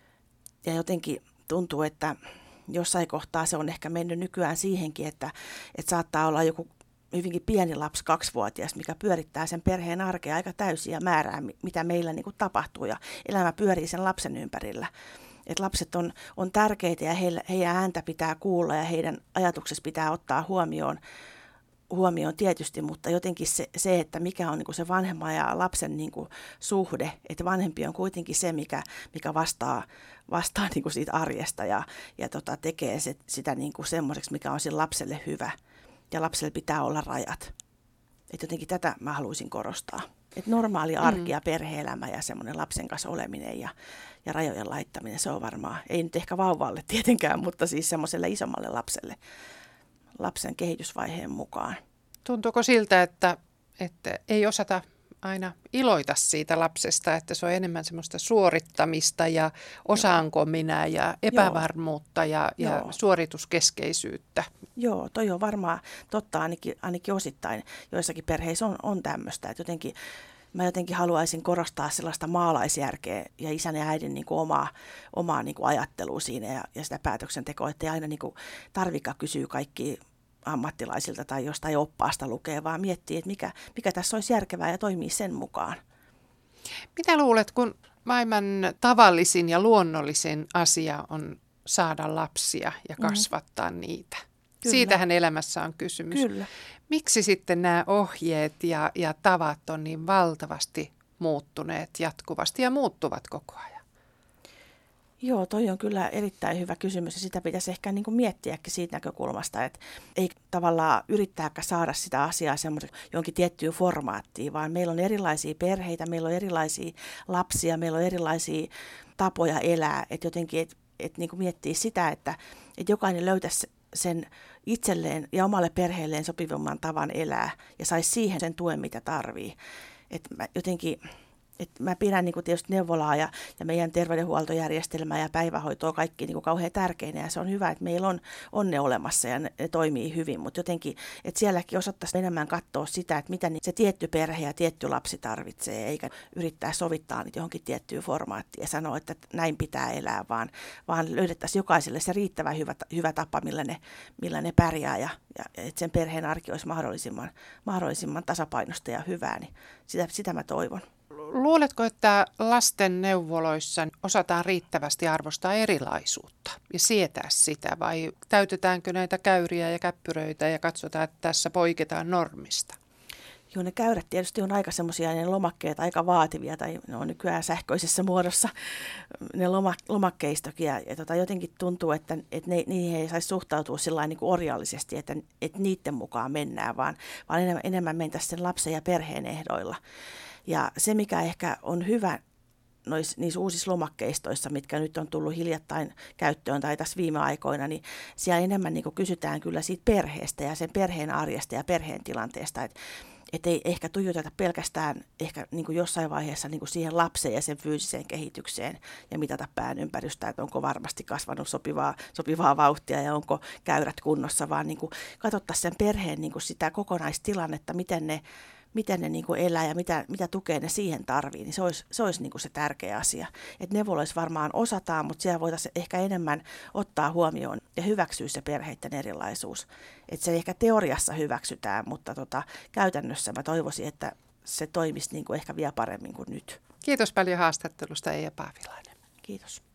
Ja jotenkin tuntuu, että jossain kohtaa se on ehkä mennyt nykyään siihenkin, että, että saattaa olla joku hyvinkin pieni lapsi, kaksivuotias, mikä pyörittää sen perheen arkea aika täysin ja määrää, mitä meillä niin kuin tapahtuu. Ja elämä pyörii sen lapsen ympärillä. Että lapset on, on tärkeitä ja heillä, heidän ääntä pitää kuulla ja heidän ajatuksessa pitää ottaa huomioon, huomioon tietysti, mutta jotenkin se, se että mikä on niin kuin se vanhemman ja lapsen niin kuin suhde, että vanhempi on kuitenkin se, mikä, mikä vastaa, vastaa niin kuin siitä arjesta ja, ja tota, tekee se, sitä niin kuin semmoiseksi, mikä on sille lapselle hyvä ja lapselle pitää olla rajat. Että jotenkin tätä mä haluaisin korostaa. Että normaali arki ja perhe-elämä ja semmoinen lapsen kanssa oleminen ja, ja rajojen laittaminen, se on varmaan, ei nyt ehkä vauvalle tietenkään, mutta siis semmoiselle isommalle lapselle, lapsen kehitysvaiheen mukaan. Tuntuuko siltä, että, että ei osata aina iloita siitä lapsesta, että se on enemmän semmoista suorittamista ja osaanko minä ja epävarmuutta ja, ja suorituskeskeisyyttä? Joo, toi on varmaan totta ainakin, ainakin osittain. Joissakin perheissä on, on tämmöistä, että jotenkin mä jotenkin haluaisin korostaa sellaista maalaisjärkeä ja isän ja äidin niin kuin omaa, omaa niin kuin ajattelua siinä ja, ja sitä päätöksentekoa, ettei aina niin kuin tarvika kysyä kaikki ammattilaisilta tai jostain oppaasta lukee, vaan miettii, että mikä, mikä tässä olisi järkevää ja toimii sen mukaan. Mitä luulet, kun maailman tavallisin ja luonnollisin asia on saada lapsia ja kasvattaa mm. niitä? Kyllä. Siitähän elämässä on kysymys. Kyllä. Miksi sitten nämä ohjeet ja, ja tavat on niin valtavasti muuttuneet jatkuvasti ja muuttuvat koko ajan? Joo, toi on kyllä erittäin hyvä kysymys ja sitä pitäisi ehkä niin kuin miettiäkin siitä näkökulmasta, että ei tavallaan yrittääkään saada sitä asiaa semmoisen jonkin tiettyyn formaattiin, vaan meillä on erilaisia perheitä, meillä on erilaisia lapsia, meillä on erilaisia tapoja elää, että jotenkin et, et niin kuin miettii sitä, että et jokainen löytäisi sen itselleen ja omalle perheelleen sopivimman tavan elää ja saisi siihen sen tuen, mitä tarvii. Että mä jotenkin... Et mä pidän niin kuin tietysti neuvolaa ja, ja meidän terveydenhuoltojärjestelmää ja päivähoitoa kaikki niin kuin kauhean tärkeinä ja se on hyvä, että meillä on, on ne olemassa ja ne, ne toimii hyvin, mutta jotenkin, että sielläkin osattaisiin enemmän katsoa sitä, että mitä se tietty perhe ja tietty lapsi tarvitsee, eikä yrittää sovittaa niitä johonkin tiettyyn formaattiin ja sanoa, että näin pitää elää, vaan, vaan löydettäisiin jokaiselle se riittävä hyvä, hyvä tapa, millä ne, millä ne pärjää ja, ja että sen perheen arki olisi mahdollisimman, mahdollisimman tasapainosta ja hyvää, niin sitä, sitä mä toivon. Luuletko, että lasten neuvoloissa osataan riittävästi arvostaa erilaisuutta ja sietää sitä vai täytetäänkö näitä käyriä ja käppyröitä ja katsotaan, että tässä poiketaan normista? Joo, ne käyrät tietysti on aika semmoisia, ne lomakkeet aika vaativia tai ne on nykyään sähköisessä muodossa ne loma, lomakkeistokin ja, ja tota, jotenkin tuntuu, että, että ne, niihin ei saisi suhtautua sillä niin kuin orjallisesti, että, että niiden mukaan mennään, vaan, vaan enemmän, enemmän mentäisiin sen lapsen ja perheen ehdoilla. Ja se, mikä ehkä on hyvä noissa, niissä uusissa lomakkeistoissa, mitkä nyt on tullut hiljattain käyttöön tai tässä viime aikoina, niin siellä enemmän niin kuin kysytään kyllä siitä perheestä ja sen perheen arjesta ja perheen tilanteesta, että et ei ehkä tuijoteta pelkästään ehkä niin kuin jossain vaiheessa niin kuin siihen lapseen ja sen fyysiseen kehitykseen ja mitata pään ympärystä, että onko varmasti kasvanut sopivaa, sopivaa vauhtia ja onko käyrät kunnossa, vaan niin kuin katsottaisiin sen perheen niin kuin sitä kokonaistilannetta, miten ne miten ne niin kuin elää ja mitä, mitä tukea ne siihen tarvii, niin se olisi, se, olisi niin kuin se tärkeä asia. Että neuvoloissa varmaan osataan, mutta siellä voitaisiin ehkä enemmän ottaa huomioon ja hyväksyä se perheiden erilaisuus. Että se ehkä teoriassa hyväksytään, mutta tota, käytännössä mä toivoisin, että se toimisi niin kuin ehkä vielä paremmin kuin nyt. Kiitos paljon haastattelusta, Eija Paavilainen. Kiitos.